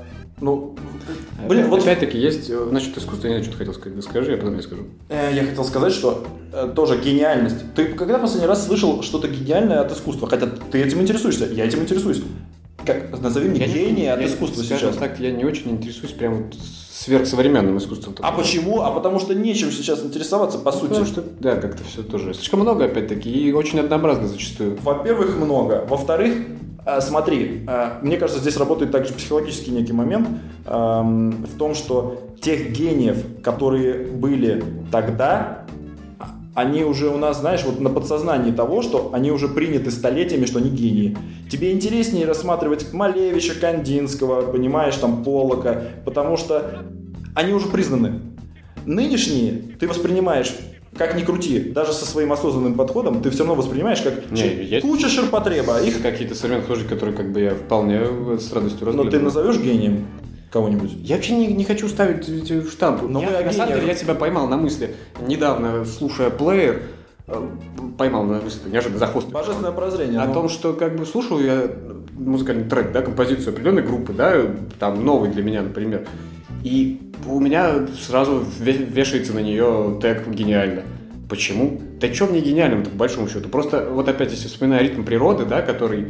Speaker 2: вот опять-таки есть... Насчет искусства, я что-то хотел сказать. Скажи, я потом я скажу.
Speaker 1: Я хотел сказать, что тоже гениальность. Ты когда последний раз слышал что-то гениальное от искусства? Хотя ты этим интересуешься, я этим интересуюсь. Как, назови мне гения от искусства сейчас.
Speaker 2: Так, я не очень интересуюсь прям вот сверхсовременным искусством.
Speaker 1: А почему? А потому что нечем сейчас интересоваться, по сути.
Speaker 2: Потому что, да, как-то все тоже. Слишком много, опять-таки, и очень однообразно зачастую.
Speaker 1: Во-первых, много. Во-вторых, смотри, мне кажется, здесь работает также психологический некий момент в том, что тех гениев, которые были тогда, они уже у нас, знаешь, вот на подсознании того, что они уже приняты столетиями, что они гении. Тебе интереснее рассматривать Малевича, Кандинского, понимаешь, там, Поллока, потому что они уже признаны. Нынешние ты воспринимаешь, как ни крути, даже со своим осознанным подходом, ты все равно воспринимаешь как куча ширпотреба.
Speaker 2: Их какие-то современные художники, которые как бы я вполне с радостью разглядываю.
Speaker 1: Но ты назовешь гением кого-нибудь?
Speaker 2: Я вообще не хочу ставить штамп.
Speaker 1: Но
Speaker 2: на самом деле я себя поймал на мысли, недавно, слушая плеер, поймал на мысли, неожиданно за хвост.
Speaker 1: Божественное прозрение.
Speaker 2: О том, что как бы слушаю я музыкальный трек, да, композицию определенной группы, да, там новый для меня, например, и у меня сразу вешается на нее тег «гениально». Почему? Да что мне гениальным, по большому счету? Просто вот опять, если вспоминаю ритм природы, да, который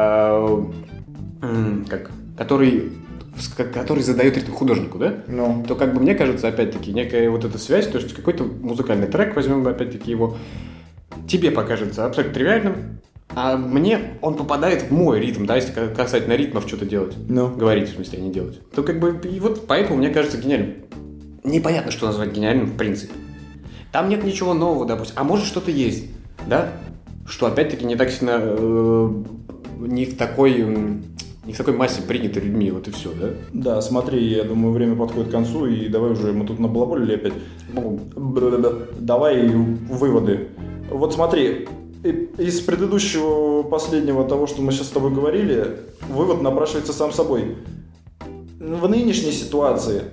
Speaker 2: задает ритм художнику, да?
Speaker 1: No.
Speaker 2: То как бы мне кажется, опять-таки, некая вот эта связь, то есть какой-то музыкальный трек, возьмем опять-таки его, тебе покажется абсолютно тривиальным, а мне он попадает в мой ритм, да, если касательно ритмов что-то делать, говорить, в смысле, а не делать. То как бы, и вот поэтому мне кажется гениальным. Непонятно, что назвать гениальным в принципе. Там нет ничего нового, допустим, а может что-то есть, да? Что опять-таки не так сильно, не в такой массе принято людьми, вот и все, да?
Speaker 1: Да, смотри, я думаю, время подходит к концу, и давай уже, мы тут наблаболили опять. Давай выводы. Вот смотри, из предыдущего, последнего того, что мы сейчас с тобой говорили, вывод напрашивается сам собой. В нынешней ситуации,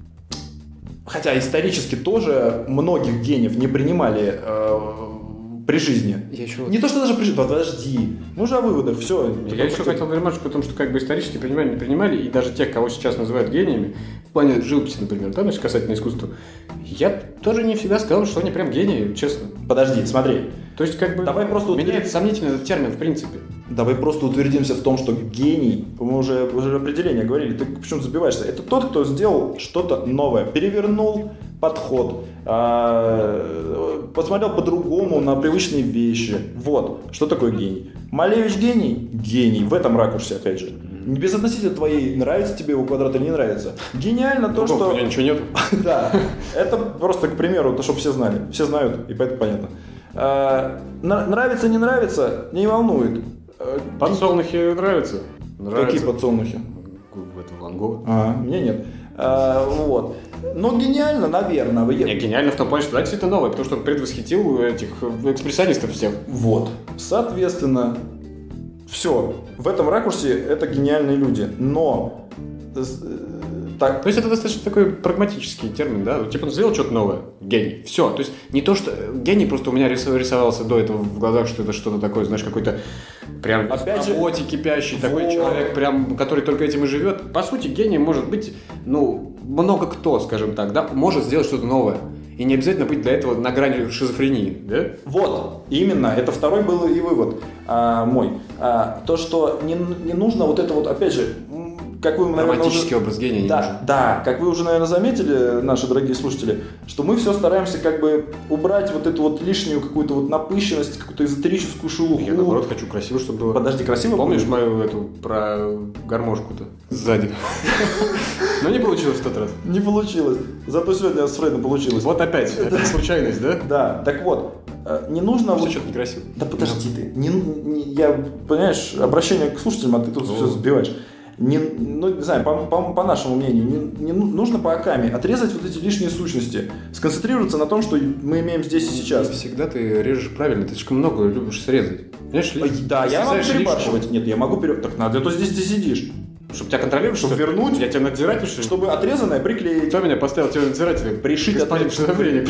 Speaker 1: хотя исторически тоже многих гениев не принимали при жизни. Не то, что даже при жизни, подожди. Мы уже о выводах, все.
Speaker 2: Я еще хотел ремарочку о том, что как бы исторически принимали, не принимали, и даже тех, кого сейчас называют гениями, в плане живописи, например, да, значит, касательно искусства, я тоже не всегда сказал, что они прям гении, честно.
Speaker 1: Подожди, смотри.
Speaker 2: То есть, как бы,
Speaker 1: давай просто
Speaker 2: меня это сомнительный этот термин, в принципе.
Speaker 1: Давай просто утвердимся в том, что гений, мы уже определение говорили, ты почему забиваешься? Это тот, кто сделал что-то новое, перевернул подход, посмотрел по-другому на привычные вещи. Вот, что такое гений. Малевич гений? Гений, в этом ракурсе, опять же. Не безотносительно твоей, нравится тебе его квадрат или не нравится. Гениально то, что...
Speaker 2: У меня ничего нет.
Speaker 1: Да, это просто, к примеру, то, чтобы все знали. Все знают, и поэтому понятно. Нравится, не нравится, не волнует.
Speaker 2: Подсолнухи нравятся?
Speaker 1: Какие подсолнухи?
Speaker 2: Это Ван Гога.
Speaker 1: Мне нет. Вот. Но гениально, наверное.
Speaker 2: Гениально в том плане, что да, действительно новое, потому что он предвосхитил этих экспрессионистов всех.
Speaker 1: Вот. Соответственно, все. В этом ракурсе это гениальные люди. Но...
Speaker 2: Так. То есть это достаточно такой прагматический термин, да? Типа он сделал что-то новое. Гений. Все. То есть не то, что... Гений просто у меня рисовался до этого в глазах, что это что-то такое, знаешь, какой-то прям
Speaker 1: опять
Speaker 2: в работе кипящий такой человек, прям, который только этим и живет. По сути, гений может быть, много кто, скажем так, да, может сделать что-то новое. И не обязательно быть для этого на грани шизофрении, да?
Speaker 1: Вот, именно. Это второй был и вывод мой. То, что не нужно вот это вот, опять же, как вы, наверное,
Speaker 2: романтический образ гения не нужен.
Speaker 1: Да, как вы уже, наверное, заметили, наши дорогие слушатели, что мы все стараемся как бы убрать вот эту вот лишнюю какую-то вот напыщенность, какую-то эзотерическую шелуху.
Speaker 2: Я, наоборот, хочу красиво, чтобы было.
Speaker 1: Подожди, красиво?
Speaker 2: Помнишь мою эту про гармошку-то сзади? Но не получилось в тот раз.
Speaker 1: Не получилось. Зато сегодня с Фрейдом получилось.
Speaker 2: Вот опять. Это случайность, да?
Speaker 1: Да. Так вот, не нужно...
Speaker 2: Все что-то некрасиво.
Speaker 1: Да подожди ты. Я, понимаешь, обращение к слушателям, а ты тут все сбиваешь. Не знаю, по нашему мнению, не нужно по акаме отрезать вот эти лишние сущности, сконцентрироваться на том, что мы имеем здесь и сейчас.
Speaker 2: Всегда ты режешь правильно, ты слишком много любишь срезать. Понимаешь,
Speaker 1: да, я могу перебарщивать. Нет, я могу Так надо, а то здесь ты сидишь.
Speaker 2: Чтобы тебя контролировать,
Speaker 1: чтобы вернуть.
Speaker 2: Я тебя надзиратель, что ли?
Speaker 1: Чтобы отрезанное приклеить.
Speaker 2: Кто меня поставил тебя надзирателем?
Speaker 1: Пришить
Speaker 2: шизофреник.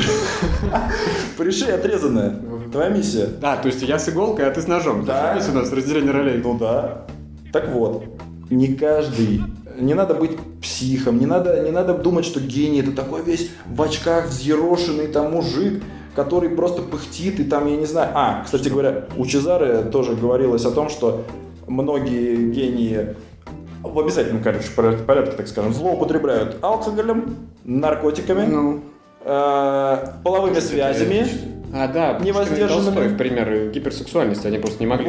Speaker 1: Пришей отрезанное. Твоя миссия.
Speaker 2: Да, то есть я с иголкой, а ты с ножом.
Speaker 1: Да.
Speaker 2: Есть у нас разделение ролей.
Speaker 1: Ну да. Так вот. Не каждый. Не надо быть психом. Не надо думать, что гений это такой весь в очках взъерошенный там мужик, который просто пыхтит и там, я не знаю. Кстати говоря, у Чезаре тоже говорилось о том, что многие гении в обязательном, порядке, так скажем, злоупотребляют алкоголем, наркотиками, половыми связями.
Speaker 2: Да,
Speaker 1: невоздержанными.
Speaker 2: В пример гиперсексуальности, они просто не могли.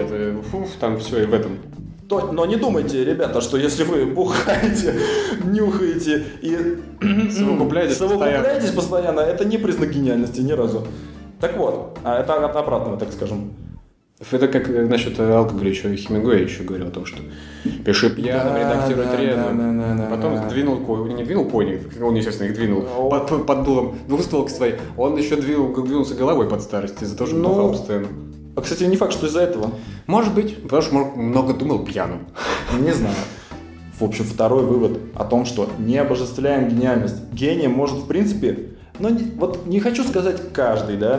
Speaker 2: Там все и в этом.
Speaker 1: Но не думайте, ребята, что если вы бухаете, нюхаете и совокупляетесь постоянно, это не признак гениальности ни разу. Так вот, это от обратного, так скажем.
Speaker 2: Это как насчет алкоголя еще Хемингуэй еще говорил о том, что пиши пьяным, редактируй трезвым. Потом не двинул пони, он, естественно, их двинул под дулом двухстволки своей. Он еще двинулся головой под старость из-за того, что бухал постоянно.
Speaker 1: Кстати, не факт, что из-за этого.
Speaker 2: Может быть, потому что много думал пьяным.
Speaker 1: Не знаю. В общем, второй вывод о том, что не обожествляем гениальность. Гением может, в принципе, не хочу сказать каждый, да,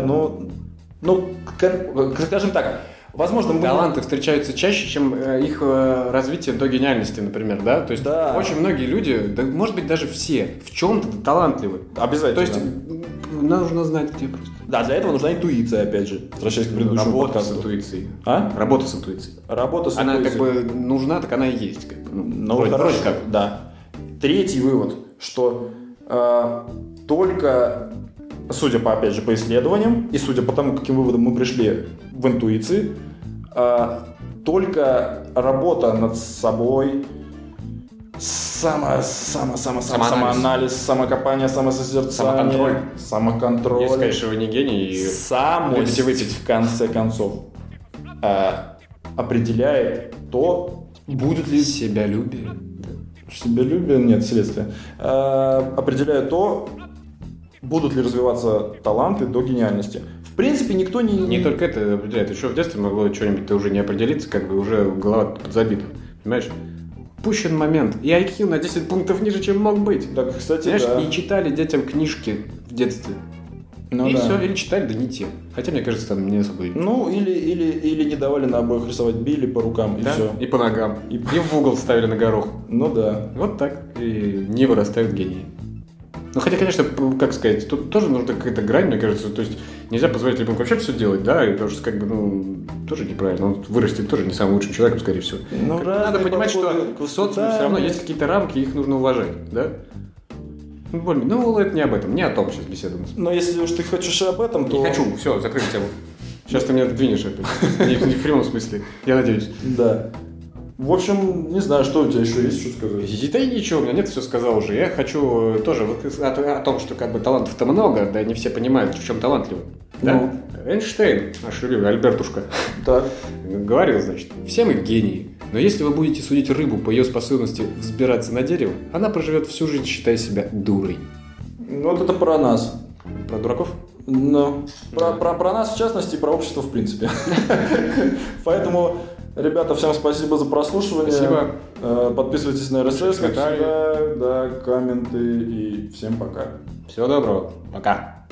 Speaker 1: скажем так, возможно,
Speaker 2: таланты встречаются чаще, чем их развитие до гениальности, например, да? То есть очень многие люди, да, может быть, даже все, в чем-то талантливы.
Speaker 1: Обязательно.
Speaker 2: То есть нужно знать, где просто.
Speaker 1: Да, для этого нужна интуиция, опять же, возвращаясь к предыдущему подкасту.
Speaker 2: Работа с интуицией.
Speaker 1: Работа с интуицией.
Speaker 2: Она как бы нужна, так она и есть. Как бы.
Speaker 1: Вроде как. Да. Третий вывод, что только, судя по, опять же, по исследованиям и судя по тому, каким выводам мы пришли в интуиции, только работа над собой, самоанализ, самокопание, самосозерцание, самоконтроль.
Speaker 2: Если, конечно, вы не гений и
Speaker 1: любите выпить, в конце концов, определяет то, будет ли
Speaker 2: себялюбие.
Speaker 1: Себялюбие нет, следствие. Определяет то, будут ли развиваться таланты до гениальности. В принципе, никто не...
Speaker 2: Не только это определяет. Еще в детстве могло что-нибудь уже не определиться, как бы уже голова подзабита. Понимаешь? Пущен момент. И IQ на 10 пунктов ниже, чем мог быть.
Speaker 1: Так, кстати,
Speaker 2: знаешь, не читали детям книжки в детстве. И все, или читали, да не те. Хотя, мне кажется, там не особо...
Speaker 1: Ну, или не давали на обоих рисовать, били по рукам, и все.
Speaker 2: И по ногам. И в угол ставили на горох.
Speaker 1: Ну да.
Speaker 2: Вот так. И не вырастают гении. Ну, хотя, конечно, как сказать, тут тоже нужна какая-то грань, мне кажется. То есть нельзя позволить ребенку вообще все делать, да, и потому что, как бы, ну, тоже неправильно. Он вырастет тоже не самым лучшим человеком, скорее всего.
Speaker 1: Ну,
Speaker 2: надо понимать, что в социуме все равно есть какие-то рамки, их нужно уважать, да? Ну, это не об этом, не о том сейчас беседуем.
Speaker 1: Но если уж ты хочешь об этом, то...
Speaker 2: Не хочу, все, закрыть тему. Сейчас ты меня двинешь опять. Не в прямом смысле, я надеюсь.
Speaker 1: Да. В общем, не знаю, что у тебя еще есть, что сказать.
Speaker 2: Да и ничего, у меня нет, все сказал уже. Я хочу тоже вот о том, что как бы талантов-то много, да, не все понимают, в чем талантливый. Да?
Speaker 1: Ну.
Speaker 2: Эйнштейн, наш любимый Альбертушка,
Speaker 1: Так.
Speaker 2: говорил, значит, все мы гении, но если вы будете судить рыбу по ее способности взбираться на дерево, она проживет всю жизнь, считая себя дурой.
Speaker 1: Ну, вот это про нас.
Speaker 2: Про дураков?
Speaker 1: Ну, про нас в частности, и про общество в принципе. Поэтому, ребята, всем спасибо за прослушивание.
Speaker 2: Спасибо.
Speaker 1: Подписывайтесь на РСС, как всегда, да, комменты и всем пока.
Speaker 2: Всего доброго. Пока.